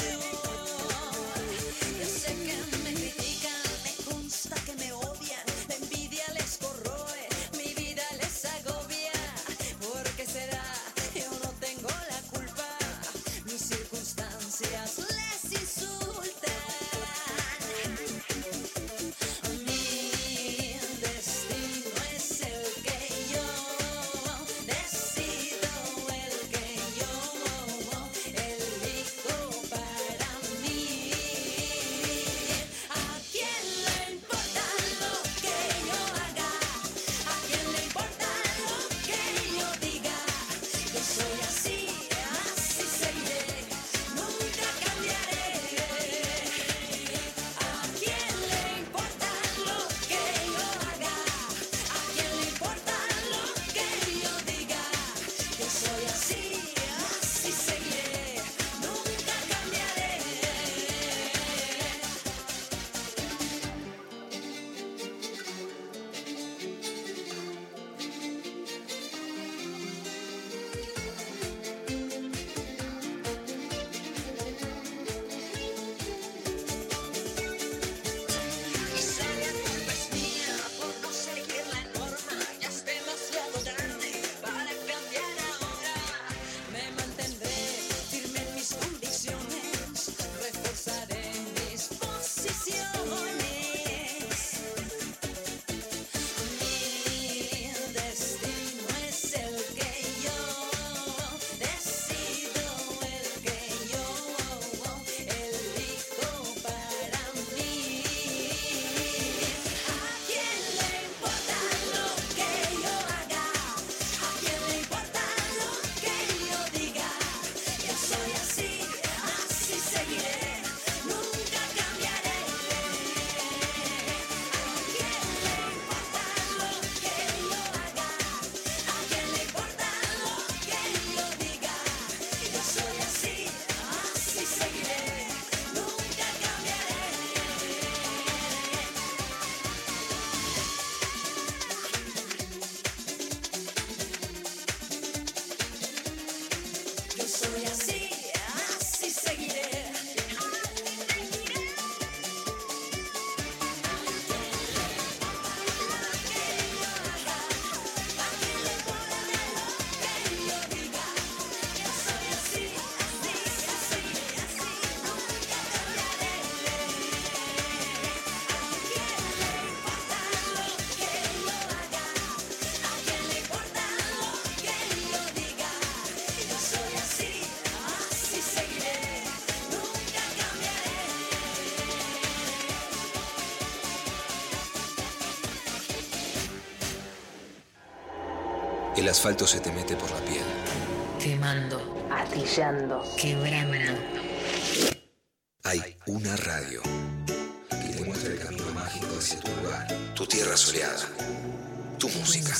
El asfalto se te mete por la piel. Quemando, astillando, quebrando. Hay una radio que te muestra el camino mágico hacia tu lugar, tu tierra soleada, tu música.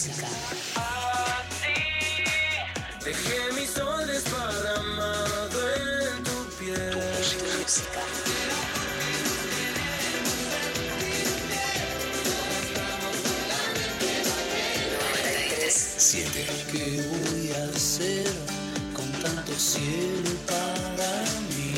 Dejé mi sol desparramado en tu piel. Tu música. Siete. ¿Qué voy a hacer con tanto cielo para mí?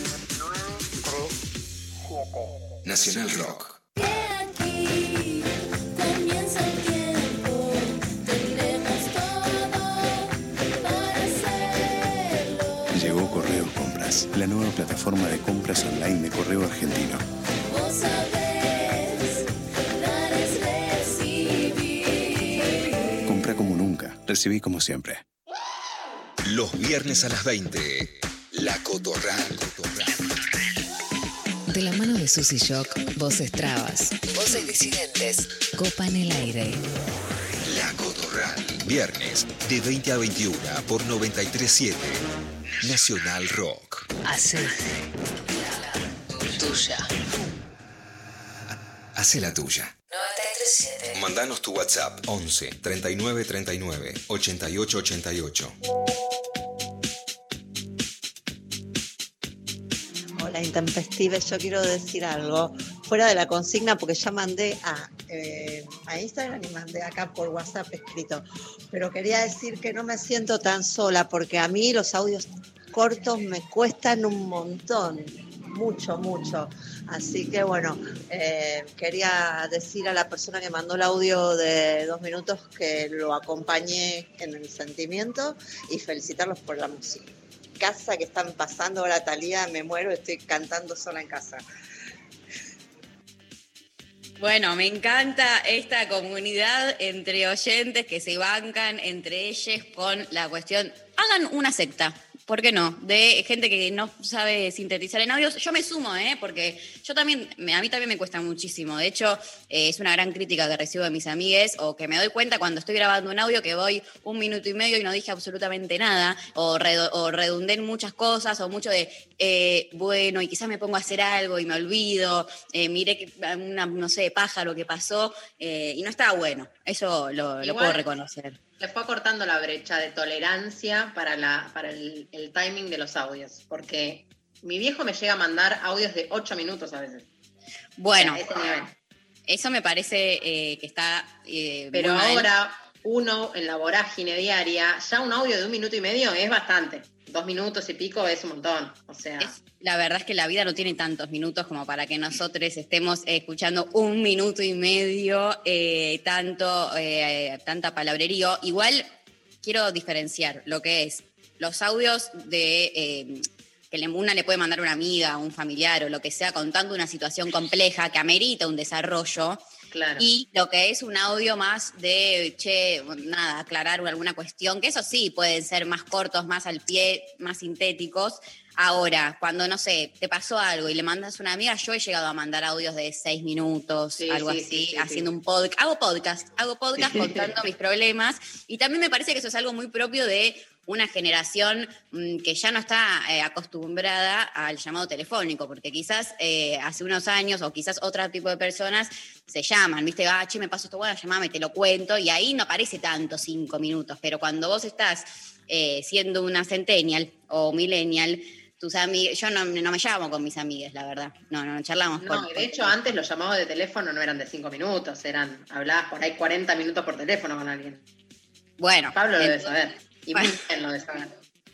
Nacional Rock. Aquí comienza el tiempo, tendremos todo para hacerlo. Llegó Correo Compras, la nueva plataforma de compras online de Correo Argentino. Vos sabés, dar es recibir. Compra como nunca, recibí como siempre. Los viernes a las veinte. La Cotorral. De la mano de Susy Shock, voces trabas, voces disidentes, copan el aire. La Cotorral. Viernes de veinte a veintiuno por noventa y tres punto siete. Nacional Rock. Hacé la tuya. Hace la tuya. noventa y tres punto siete. Mandanos tu WhatsApp once treinta y nueve treinta y nueve ochenta y ocho ochenta y ocho. Hola, Intempestives, yo quiero decir algo fuera de la consigna porque ya mandé a, eh, a Instagram y mandé acá por WhatsApp escrito, pero quería decir que no me siento tan sola porque a mí los audios cortos me cuestan un montón, mucho, mucho. Así que bueno, eh, quería decir a la persona que mandó el audio de dos minutos que lo acompañé en el sentimiento y felicitarlos por la música. Casa que están pasando ahora, Talía, me muero, estoy cantando sola en casa. Bueno, me encanta esta comunidad entre oyentes que se bancan entre ellos con la cuestión. Hagan una secta, ¿por qué no? De gente que no sabe sintetizar en audios. Yo me sumo, ¿eh? Porque yo también, me- a mí también me cuesta muchísimo. De hecho, eh, es una gran crítica que recibo de mis amigues o que me doy cuenta cuando estoy grabando un audio que voy un minuto y medio y no dije absolutamente nada o, redo- o redundé en muchas cosas o mucho de, eh, bueno, y quizás me pongo a hacer algo y me olvido, eh, miré que, una, no sé, pájaro que pasó eh, y no estaba bueno. Eso lo, lo Igual- puedo reconocer. Le fue acortando la brecha de tolerancia para, la, para el, el timing de los audios, porque mi viejo me llega a mandar audios de ocho minutos a veces. Bueno, O sea, ese nivel. eso me parece eh, que está eh, Pero muy mal. ahora uno en la vorágine diaria, ya un audio de un minuto y medio es bastante. Dos minutos y pico es un montón. O sea, La verdad es que la vida no tiene tantos minutos como para que nosotros estemos eh, escuchando un minuto y medio, eh, tanto, eh, tanta palabrerío. Igual quiero diferenciar lo que es los audios de eh, que le- una le puede mandar a una amiga, a un familiar o lo que sea, contando una situación compleja que amerita un desarrollo. claro. Y lo que es un audio más de, che, nada, aclarar alguna cuestión, que eso sí, pueden ser más cortos, más al pie, más sintéticos. Ahora, cuando, no sé, te pasó algo y le mandas a una amiga, yo he llegado a mandar audios de seis minutos, Sí, algo sí, así, sí, sí, haciendo sí. un podcast. Hago podcast, hago podcast contando mis problemas. Y también me parece que eso es algo muy propio de una generación mm, que ya no está eh, acostumbrada al llamado telefónico, porque quizás eh, hace unos años o quizás otro tipo de personas se llaman, ¿viste? Ah, che, me paso esto, bueno, llamame, te lo cuento, y ahí no parece tanto cinco minutos, pero cuando vos estás eh, siendo una centennial o millennial, tus amigos, yo no, no me llamo con mis amigas, la verdad, no, no, no charlamos. No, por- y de hecho antes los llamados de teléfono no eran de cinco minutos, eran, hablabas por ahí cuarenta minutos por teléfono con alguien. Bueno. Pablo lo debe entonces- saber. Y muy bien lo debe saber.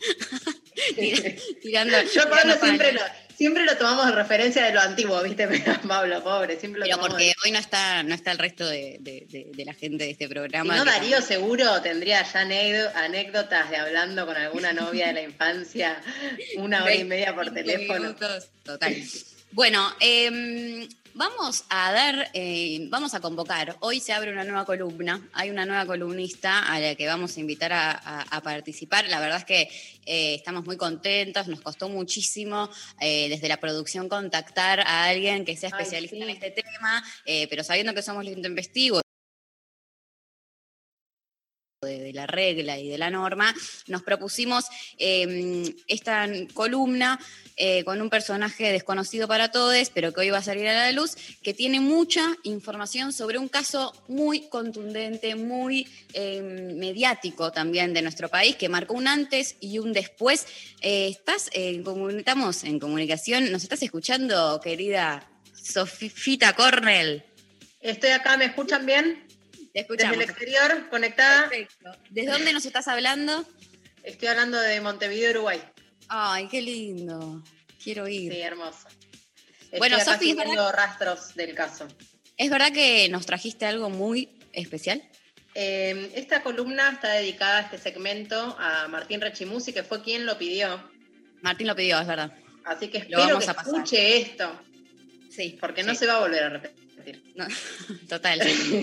tirando, Yo a Pablo tirando siempre paños. lo, siempre lo tomamos de referencia de lo antiguo, ¿viste? Pero Pablo, pobre, siempre lo Pero tomamos porque de... hoy no está, no está el resto de, de- de- de la gente de este Si programa. no, que Darío seguro tendría ya anécdo- anécdotas de hablando con alguna novia de la infancia una hora y media por veinticinco teléfono. minutos, total. Bueno, eh, vamos a dar, eh, vamos a convocar. Hoy se abre una nueva columna. Hay una nueva columnista a la que vamos a invitar a, a- a participar. La verdad es que eh, estamos muy contentos. Nos costó muchísimo eh, desde la producción contactar a alguien que sea Ay, especialista sí. en este tema, eh, pero sabiendo que somos los intempestivos de, de la regla y de la norma, nos propusimos eh, esta columna eh, con un personaje desconocido para todos, pero que hoy va a salir a la luz, que tiene mucha información sobre un caso muy contundente, muy eh, mediático también de nuestro país, que marcó un antes y un después. Eh, estás, eh, estamos en comunicación, ¿nos estás escuchando, querida Sofita Cornell? Estoy acá, ¿me escuchan bien? Te escuchamos. Desde el exterior, conectada. Perfecto. ¿Desde dónde nos estás hablando? Estoy hablando de Montevideo, Uruguay. Ay, qué lindo. Quiero ir. Sí, hermoso. Estoy Bueno, acá Sofi, siguiendo rastros del caso. ¿Es verdad que nos trajiste algo muy especial? Eh, esta columna está dedicada a este segmento a Martín Rechimusi, que fue quien lo pidió. Martín lo pidió, es verdad. Así que Lo espero vamos que a pasar. escuche esto. Sí. Porque no sí. se va a volver a repetir. No, total.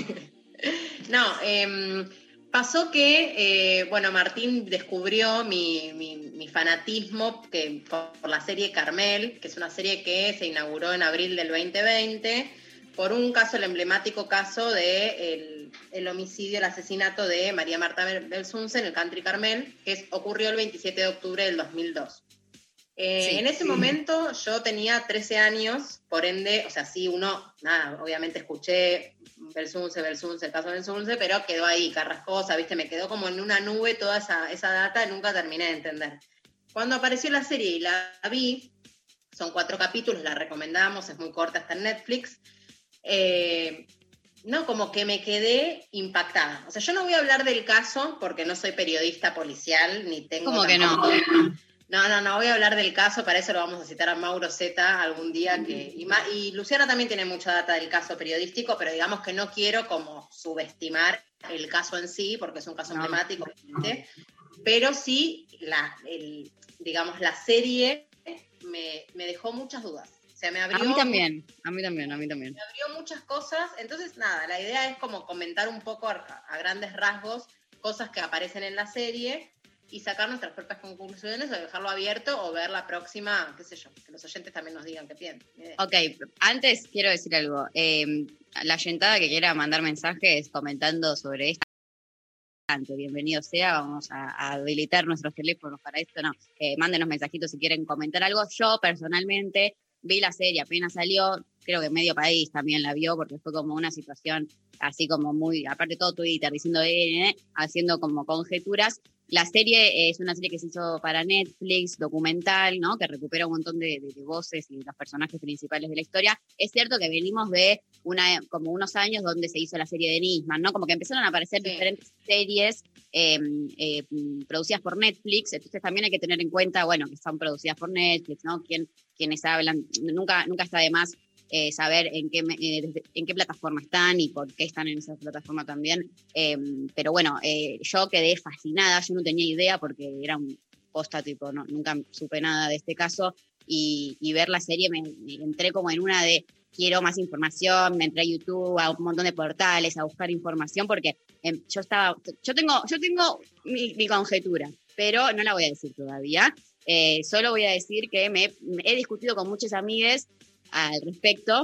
No, eh, pasó que, eh, bueno, Martín descubrió mi, mi, mi fanatismo que, por, por la serie Carmel, que es una serie que se inauguró en abril del veinte veinte, por un caso, el emblemático caso de el, el homicidio, el asesinato de María Marta Belsunce en el Country Carmel, que es, ocurrió el veintisiete de octubre del dos mil dos. Eh, Sí, en ese sí. momento yo tenía trece años, por ende, o sea, sí, uno, nada, obviamente escuché Belsunce, Belsunce, el caso de Belsunce, pero quedó ahí, Carrascosa, viste, me quedó como en una nube toda esa, esa data y nunca terminé de entender. Cuando apareció la serie y la vi, son cuatro capítulos, la recomendamos, es muy corta, está en Netflix, eh, no, como que me quedé impactada. O sea, yo no voy a hablar del caso porque no soy periodista policial, ni tengo... ¿Cómo que no? tampoco- No, no, no voy a hablar del caso, para eso lo vamos a citar a Mauro Zeta algún día. Que, y, Ma- y Luciana también tiene mucha data del caso periodístico, pero digamos que no quiero como subestimar el caso en sí, porque es un caso No. emblemático, obviamente, pero sí, la, el, digamos, la serie me, me dejó muchas dudas. O sea, me A abrió, mí también, a mí también, a mí también. me abrió muchas cosas. Entonces, nada, la idea es como comentar un poco a, a grandes rasgos cosas que aparecen en la serie y sacar nuestras propias conclusiones o dejarlo abierto o ver la próxima, qué sé yo, que los oyentes también nos digan qué piensan. Ok, antes quiero decir algo. Eh, la yentada que quiera mandar mensajes comentando sobre esto, bienvenido sea, vamos a, a habilitar nuestros teléfonos para esto, no, eh, mándenos mensajitos si quieren comentar algo. Yo personalmente vi la serie, apenas salió, creo que medio país también la vio, porque fue como una situación así como muy, aparte todo Twitter diciendo, eh, eh, haciendo como conjeturas. La serie es una serie que se hizo para Netflix, documental, ¿no? Que recupera un montón de, de, de voces y los personajes principales de la historia. Es cierto que venimos de una, como unos años donde se hizo la serie de Nisman, ¿no? Como que empezaron a aparecer Sí. diferentes series eh, eh, producidas por Netflix, entonces también hay que tener en cuenta, bueno, que son producidas por Netflix, ¿no? Quién, quienes hablan, nunca, nunca está de más eh, saber en qué, eh, desde, en qué plataforma están y por qué están en esa plataforma también. Eh, pero bueno, eh, yo quedé fascinada, yo no tenía idea porque era un posta tipo, no, nunca supe nada de este caso y, y ver la serie me, me entré como en una de quiero más información, me entré a YouTube, a un montón de portales, a buscar información porque eh, yo estaba, yo tengo, yo tengo mi, mi conjetura, pero no la voy a decir todavía. Eh, solo voy a decir que me, me he discutido con muchos amigues al respecto,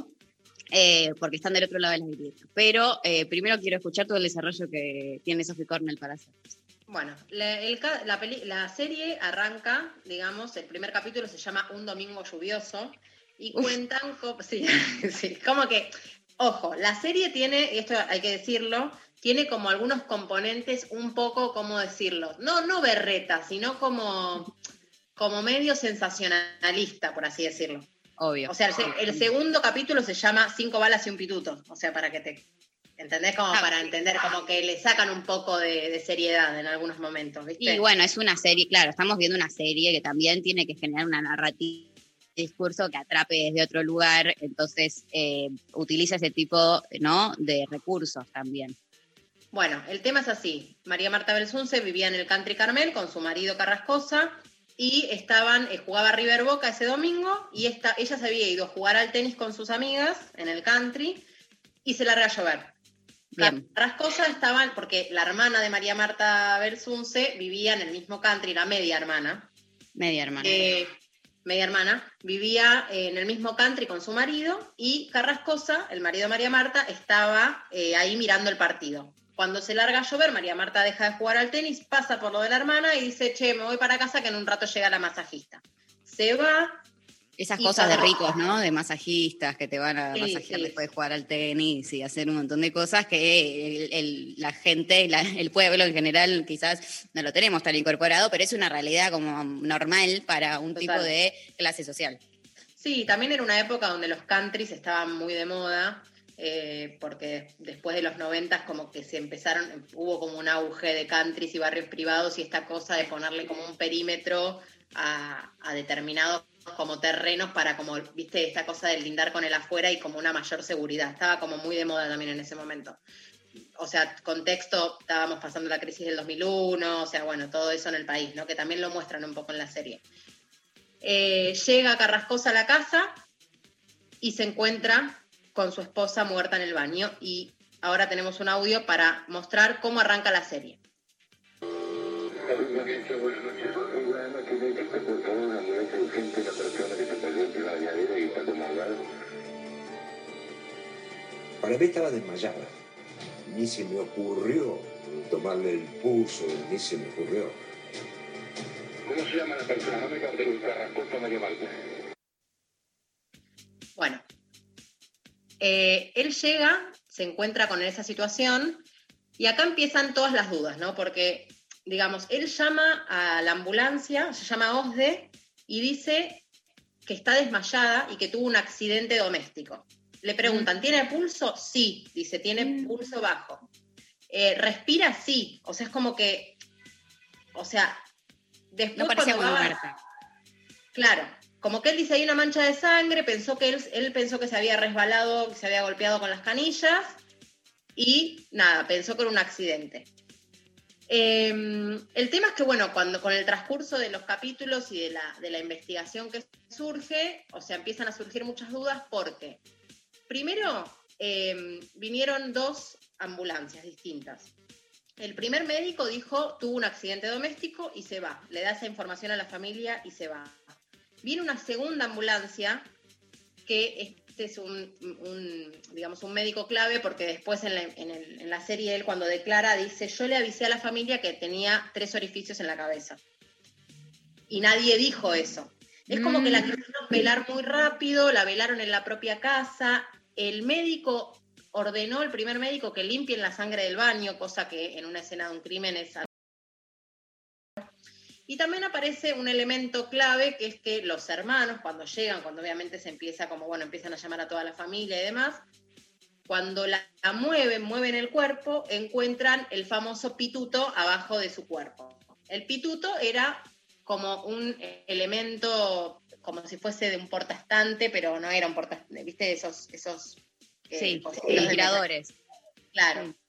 eh, porque están del otro lado de la grieta. Pero eh, primero quiero escuchar todo el desarrollo que tiene Sophie Cornell para hacer. Bueno, la, el ca- la, peli- la serie arranca, digamos, el primer capítulo se llama Un domingo lluvioso y Uf. cuentan, co- sí, sí, como que, ojo, la serie tiene, y esto hay que decirlo, tiene como algunos componentes un poco, ¿cómo decirlo? No, no berreta, sino como, como medio sensacionalista, por así decirlo. Obvio. O sea, el, se- el segundo capítulo se llama Cinco balas y un pituto, o sea, para que te... ¿Entendés? Como Ah, para entender, como que le sacan un poco de, de seriedad en algunos momentos, ¿viste? Y bueno, es una serie, claro, estamos viendo una serie que también tiene que generar una narrativa, discurso que atrape desde otro lugar, entonces eh, utiliza ese tipo, ¿no?, de recursos también. Bueno, el tema es así. María Marta Belsunce vivía en el Country Carmel con su marido Carrascosa y estaban, eh, jugaba River Boca ese domingo y esta, ella se había ido a jugar al tenis con sus amigas en el country y se larga a llover. Bien. Carrascosa estaban, porque la hermana de María Marta Belsunce vivía en el mismo country, la media hermana. Media hermana. Eh, media hermana, vivía eh, en el mismo country con su marido y Carrascosa, el marido de María Marta, estaba eh, ahí mirando el partido. Cuando se larga a llover, María Marta deja de jugar al tenis, pasa por lo de la hermana y dice, che, me voy para casa que en un rato llega la masajista. Se va. Esas y cosas de Carrascosa- ricos, ¿no? De masajistas que te van a Sí, masajear sí. después de jugar al tenis y hacer un montón de cosas que el- el- la gente, la- el pueblo en general quizás no lo tenemos tan incorporado, pero es una realidad como normal para un tipo Total. de clase social. Sí, también era una época donde los countries estaban muy de moda, eh, porque después de los noventas como que se empezaron, hubo como un auge de countries y barrios privados y esta cosa de ponerle como un perímetro a, a determinados como terrenos para como, viste, esta cosa de lindar con el afuera y como una mayor seguridad. Estaba como muy de moda también en ese momento. O sea, contexto, estábamos pasando la crisis del dos mil uno, o sea, bueno, todo eso en el país, ¿no? Que también lo muestran un poco en la serie. Eh, llega Carrascosa a la casa y se encuentra con su esposa muerta en el baño y ahora tenemos un audio para mostrar cómo arranca la serie. Para mí estaba desmayada. Ni se me ocurrió tomarle el pulso, ni se me ocurrió. ¿Cómo se llama la persona? No me capté, Carrascosa María Marta. Bueno, eh, él llega, se encuentra con esa situación y acá empiezan todas las dudas, ¿no? Porque, digamos, él llama a la ambulancia, se llama OSDE, y dice que está desmayada y que tuvo un accidente doméstico. Le preguntan, ¿tiene pulso? Sí, dice, tiene pulso bajo. Eh, ¿Respira? Sí. O sea, es como que, o sea, después No parecía cuando muy va- muerta. Claro, como que él dice, hay una mancha de sangre, pensó que él, él pensó que se había resbalado, que se había golpeado con las canillas, y nada, pensó que era un accidente. Eh, el tema es que, bueno, cuando con el transcurso de los capítulos y de la, de la investigación que surge, o sea, empiezan a surgir muchas dudas porque, primero, eh, vinieron dos ambulancias distintas. El primer médico dijo, tuvo un accidente doméstico y se va. Le da esa información a la familia y se va. Viene una segunda ambulancia, que este es un, un, digamos, un médico clave, porque después en la, en, el, en la serie él cuando declara dice, yo le avisé a la familia que tenía tres orificios en la cabeza. Y nadie dijo eso. Es como que la quisieron velar muy rápido, la velaron en la propia casa. El médico ordenó, el primer médico, que limpien la sangre del baño, cosa que en una escena de un crimen es... Y también aparece un elemento clave, que es que los hermanos, cuando llegan, cuando obviamente se empieza como, bueno, empiezan a llamar a toda la familia y demás, cuando la, la mueven, mueven el cuerpo, encuentran el famoso pituto abajo de su cuerpo. El pituto era como un elemento, como si fuese de un portaestante, pero no era un portaestante, ¿viste? Esos... esos eh, Sí, cositos los de tiradores. Claro. Sí.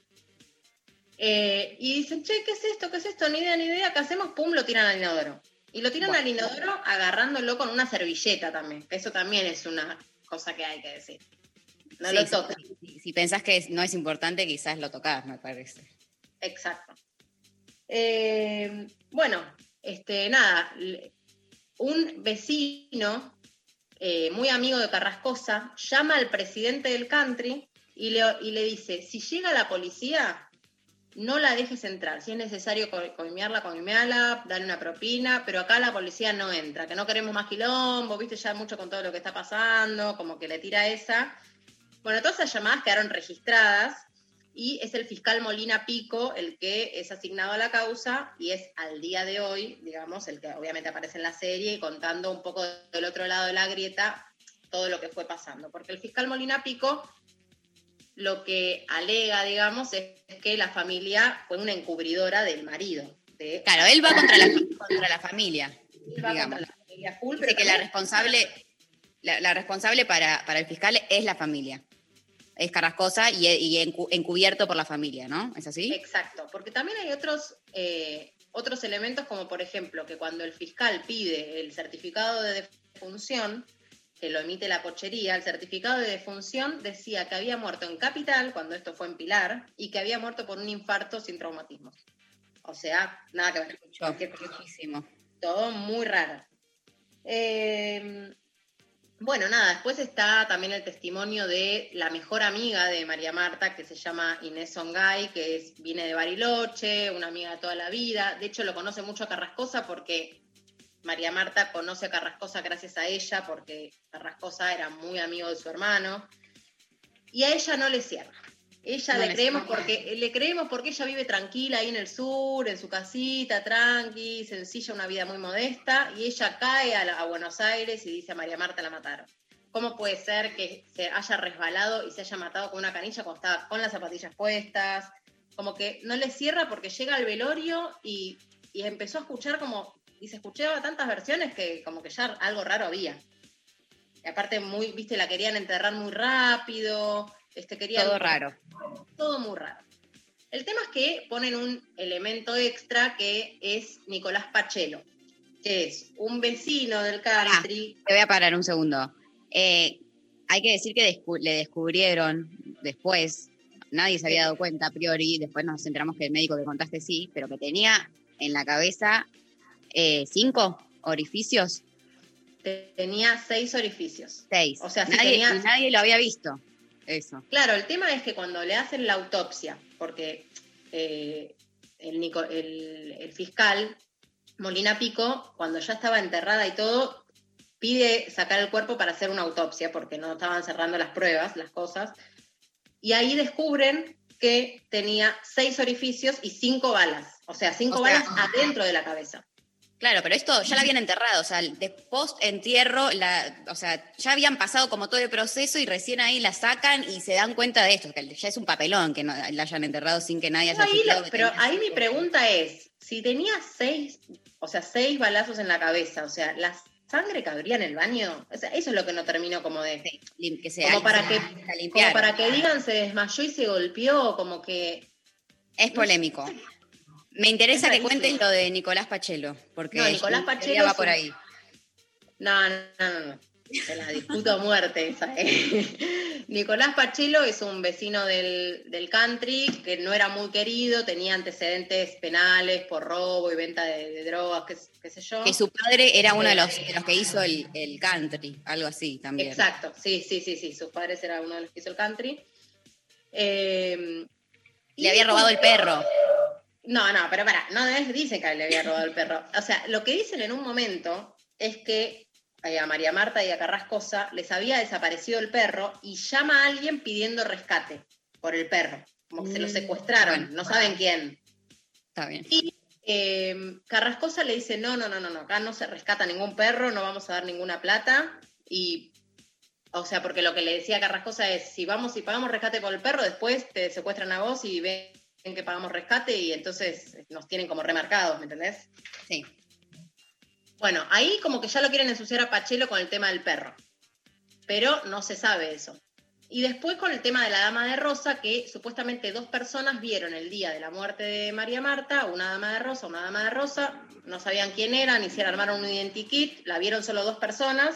Eh, y dicen, che, ¿qué es esto? ¿Qué es esto? Ni idea, ni idea. ¿Qué hacemos? Pum, lo tiran al inodoro. Y lo tiran Bueno. al inodoro agarrándolo con una servilleta también. Que eso también es una cosa que hay que decir. No Sí, lo sí, toques. Si, si pensás que es- no es importante, quizás lo tocás, me parece. Exacto. Eh, bueno, este, nada. l- Un vecino, eh, muy amigo de Carrascosa, llama al presidente del country y le, y le dice, si llega la policía, no la dejes entrar. Si es necesario co- coimearla, coimeala, darle una propina, pero acá la policía no entra, que no queremos más quilombo, viste ya mucho con todo lo que está pasando, como que le tira esa. Bueno, todas esas llamadas quedaron registradas y es el fiscal Molina Pico el que es asignado a la causa y es al día de hoy, digamos, el que obviamente aparece en la serie y contando un poco del otro lado de la grieta todo lo que fue pasando. Porque el fiscal Molina Pico lo que alega, digamos, es que la familia fue una encubridora del marido. De... Claro, él va contra la, contra la familia, Él va digamos. contra la familia full, Dice pero que la también- responsable, la, la responsable para, para el fiscal es la familia. Es Carrascosa y, y encu- encubierto por la familia, ¿no? ¿Es así? Exacto, porque también hay otros, eh, otros elementos, como por ejemplo que cuando el fiscal pide el certificado de defunción, que lo emite la cochería, el certificado de defunción decía que había muerto en Capital, cuando esto fue en Pilar, y que había muerto por un infarto sin traumatismos. O sea, nada que ver. Cualquier cosa. Muchísimo. Todo muy raro. Eh, Bueno, nada, después está también el testimonio de la mejor amiga de María Marta, que se llama Inés Songay, que es, viene de Bariloche, una amiga de toda la vida. De hecho, lo conoce mucho a Carrascosa porque María Marta conoce a Carrascosa gracias a ella, porque Carrascosa era muy amigo de su hermano. Y a ella no le cierra. Ella No le le creemos cierra. porque le creemos porque ella vive tranquila ahí en el sur, en su casita, tranqui, sencilla, una vida muy modesta, y ella cae a, la- a Buenos Aires y dice a María Marta la mataron. ¿Cómo puede ser que se haya resbalado y se haya matado con una canilla cuando estaba con las zapatillas puestas? Como que no le cierra porque llega al velorio y, y empezó a escuchar como, y se escuchaba tantas versiones que como que ya algo raro había. Y aparte, muy, viste, la querían enterrar muy rápido, este, querían... Todo raro. Todo muy raro. El tema es que ponen un elemento extra que es Nicolás Pachelo, que es un vecino del country. Te voy a parar un segundo. Eh, hay que decir que descu- le descubrieron después, nadie se había dado cuenta a priori, después nos enteramos que el médico que contaste sí, pero que tenía en la cabeza eh, cinco orificios. Tenía seis orificios. Seis. O sea, si nadie, tenía- y nadie lo había visto. Eso. Claro, el tema es que cuando le hacen la autopsia, porque eh, el, Nico- el- el fiscal Molina Pico, cuando ya estaba enterrada y todo, pide sacar el cuerpo para hacer una autopsia, porque no estaban cerrando las pruebas, las cosas, y ahí descubren que tenía seis orificios y cinco balas, o sea, cinco O sea, balas adentro de la cabeza. Claro, pero esto ya la habían enterrado, o sea, de post entierro, la, o sea, ya habían pasado como todo el proceso y recién ahí la sacan y se dan cuenta de esto, que ya es un papelón que no la hayan enterrado sin que nadie haya Ahí chiflado la- que pero tenía ahí mi cinco. pregunta es, si tenía seis, o sea, seis balazos en la cabeza, o sea, ¿la sangre cabría en el baño? O sea, eso es lo que no termino como de... Lim- que se, como para se- que, se como limpiaron. para que digan se desmayó y se golpeó, como que... Es polémico. Me interesa Es que rarísimo. cuentes lo de Nicolás Pachelo, porque No, Nicolás mi Pachelo teoría va es por un- ahí. No, no, no, no. Se la disputo a muerte esa. ¿eh? Nicolás Pachelo es un vecino del, del country que no era muy querido, tenía antecedentes penales por robo y venta de, de drogas, qué, qué sé yo. Que su padre era uno de los, de los que hizo el, el country, algo así también. Exacto, sí, sí, sí, sí. Sus padres eran uno de los que hizo el country. Eh, Le había robado el perro. No, no, pero pará, no es- dicen que le había robado el perro. O sea, lo que dicen en un momento es que eh, a María Marta y a Carrascosa les había desaparecido el perro y llama a alguien pidiendo rescate por el perro. Como que se lo Mm, secuestraron, bueno. no saben quién. Está bien. Y eh, Carrascosa le dice, no, no, no, no, no, acá no se rescata ningún perro, no vamos a dar ninguna plata. Y, o sea, porque lo que le decía Carrascosa es, si vamos, si pagamos rescate por el perro, después te secuestran a vos y ven que pagamos rescate y entonces nos tienen como remarcados, ¿me entendés? Sí. Bueno, ahí como que ya lo quieren ensuciar a Pachelo con el tema del perro, pero no se sabe eso. Y después con el tema de la dama de rosa, que supuestamente dos personas vieron el día de la muerte de María Marta, una dama de rosa, una dama de rosa, no sabían quién era, ni siquiera armaron un identikit, la vieron solo dos personas,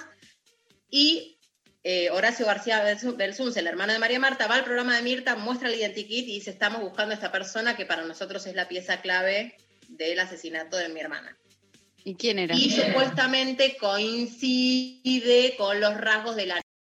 y eh, Horacio García Belsunce, el hermano de María Marta, va al programa de Mirta, muestra el identikit y dice, estamos buscando a esta persona que para nosotros es la pieza clave del asesinato de mi hermana. ¿Y quién era? Y supuestamente coincide con los rasgos de la...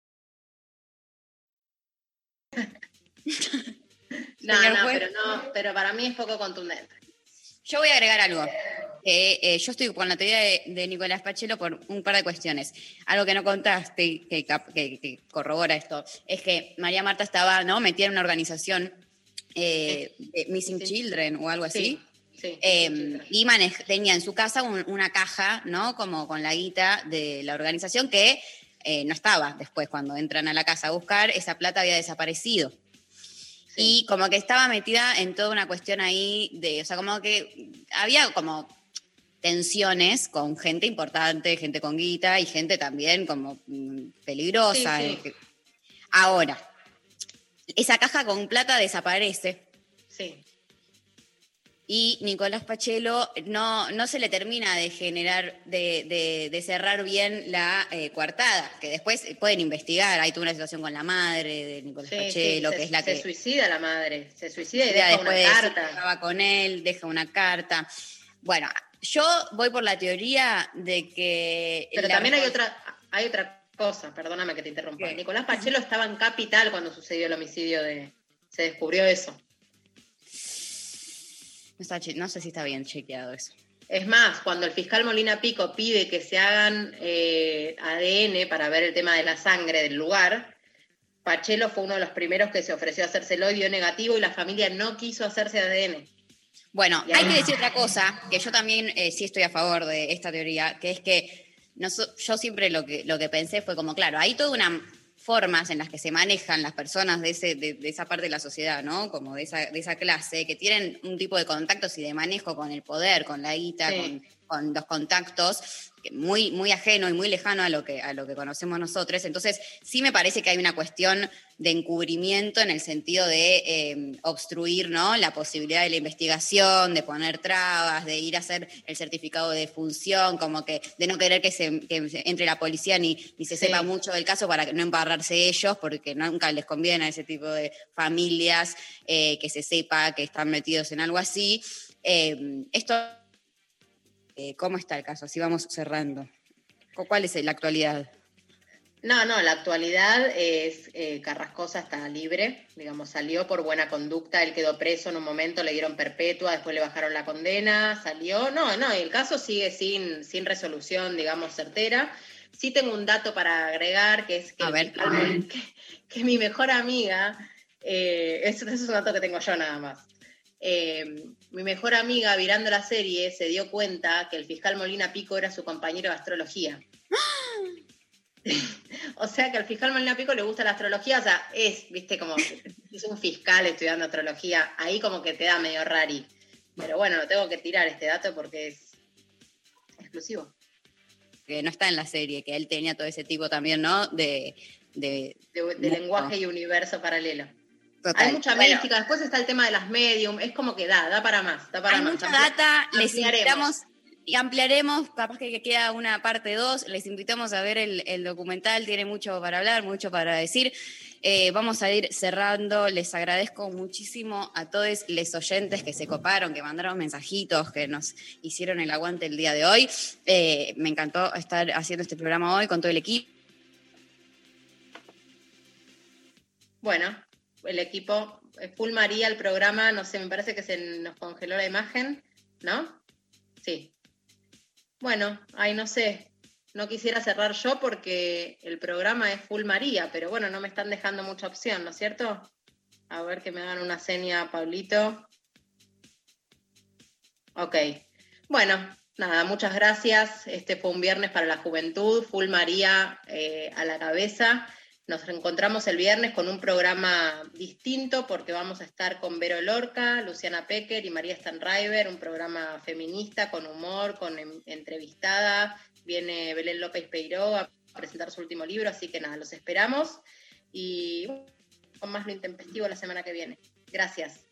no, Señor no, juez. pero no, pero para mí es poco contundente. Yo voy a agregar algo. Que eh, yo estoy con la teoría de, de Nicolás Pachelo por un par de cuestiones. Algo que no contaste, que, cap- que- que corrobora esto, es que María Marta estaba, ¿no?, metida en una organización eh, de Missing Children o algo así. Sí, Eh, y manej- tenía en su casa un- una caja, ¿no?, como con la guita de la organización que eh, no estaba después cuando entran a la casa a buscar, esa plata había desaparecido. Y como que estaba metida en toda una cuestión ahí de, o sea, como que había como tensiones con gente importante, gente con guita y gente también como mm, peligrosa. Sí, sí. eh, que- Ahora, esa caja con plata desaparece. Sí. Y Nicolás Pachelo no, no se le termina de generar, de, de- de cerrar bien la eh, coartada, que después pueden investigar. Hay toda una situación con la madre de Nicolás Sí, Pachelo, sí, que se, es la se que suicida la madre, se suicida y ya deja una después de decir que carta. estaba con él, deja una carta. Bueno, yo voy por la teoría de que... Pero la también hay respons- otra, hay otra cosa, perdóname que te interrumpa. ¿Qué? Nicolás Pachelo estaba en Capital cuando sucedió el homicidio de... Se descubrió eso. No, está, no sé si está bien chequeado eso. Es más, cuando el fiscal Molina Pico pide que se hagan eh, A D N para ver el tema de la sangre del lugar, Pachelo fue uno de los primeros que se ofreció a hacérselo y dio negativo y la familia no quiso hacerse A D N. Bueno, hay que decir otra cosa, que yo también eh, sí estoy a favor de esta teoría, que es que no, yo siempre lo que, lo que pensé fue como, claro, hay toda una formas en las que se manejan las personas de, ese, de, de esa parte de la sociedad, ¿no? Como de esa, de esa clase, que tienen un tipo de contactos y de manejo con el poder, con la guita, sí. con, con los contactos, muy, muy ajeno y muy lejano a lo que, a lo que conocemos nosotros. Entonces, sí me parece que hay una cuestión de encubrimiento en el sentido de eh, obstruir, ¿no?, la posibilidad de la investigación, de poner trabas, de ir a hacer el certificado de defunción, como que de no querer que, se, que entre la policía ni, ni se sí. sepa mucho del caso para no embarrarse ellos, porque nunca les conviene a ese tipo de familias eh, que se sepa que están metidos en algo así. Eh, esto, eh, ¿cómo está el caso? Así vamos cerrando. ¿Cuál es la actualidad? No, no, la actualidad es eh, Carrascosa está libre, digamos, salió por buena conducta, él quedó preso en un momento, le dieron perpetua, después le bajaron la condena, salió, no, no, el caso sigue sin, sin resolución, digamos, certera. Sí tengo un dato para agregar, que es que, a ver, que, que, que mi mejor amiga, eh, eso, eso es un dato que tengo yo nada más, eh, mi mejor amiga, mirando la serie, se dio cuenta que el fiscal Molina Pico era su compañero de astrología. O sea que al fiscal Molina Pico le gusta la astrología, o sea, es, viste, como es un fiscal estudiando astrología, ahí como que te da medio rari. Pero bueno, lo tengo que tirar este dato porque es exclusivo. Que no está en la serie, que él tenía todo ese tipo también, ¿no? De, de, de, de lenguaje y universo paralelo. Total. Hay mucha bueno, mística, después está el tema de las medium, es como que da, da para más, da para hay más. mucha Ampli- data, les ampliaremos. invitamos y ampliaremos, capaz que queda una parte dos, les invitamos a ver el, el documental, tiene mucho para hablar, mucho para decir. Eh, vamos a ir cerrando, les agradezco muchísimo a todos los oyentes que se coparon, que mandaron mensajitos, que nos hicieron el aguante el día de hoy. Eh, me encantó estar haciendo este programa hoy con todo el equipo. Bueno, el equipo, Full María, el programa, no sé, me parece que se nos congeló la imagen, ¿no? Sí. Bueno, ay, no sé, no quisiera cerrar yo porque el programa es Full María, pero bueno, no me están dejando mucha opción, ¿no es cierto? A ver que me hagan una seña, Pablito. Ok. Bueno, nada, muchas gracias. Este fue un viernes para la juventud, Full María eh, a la cabeza. Nos reencontramos el viernes con un programa distinto porque vamos a estar con Vero Lorca, Luciana Pecker y María Stanriver, un programa feminista con humor, con en, entrevistada. Viene Belén López Peiró a presentar su último libro, así que nada, los esperamos y con más lo intempestivo la semana que viene. Gracias.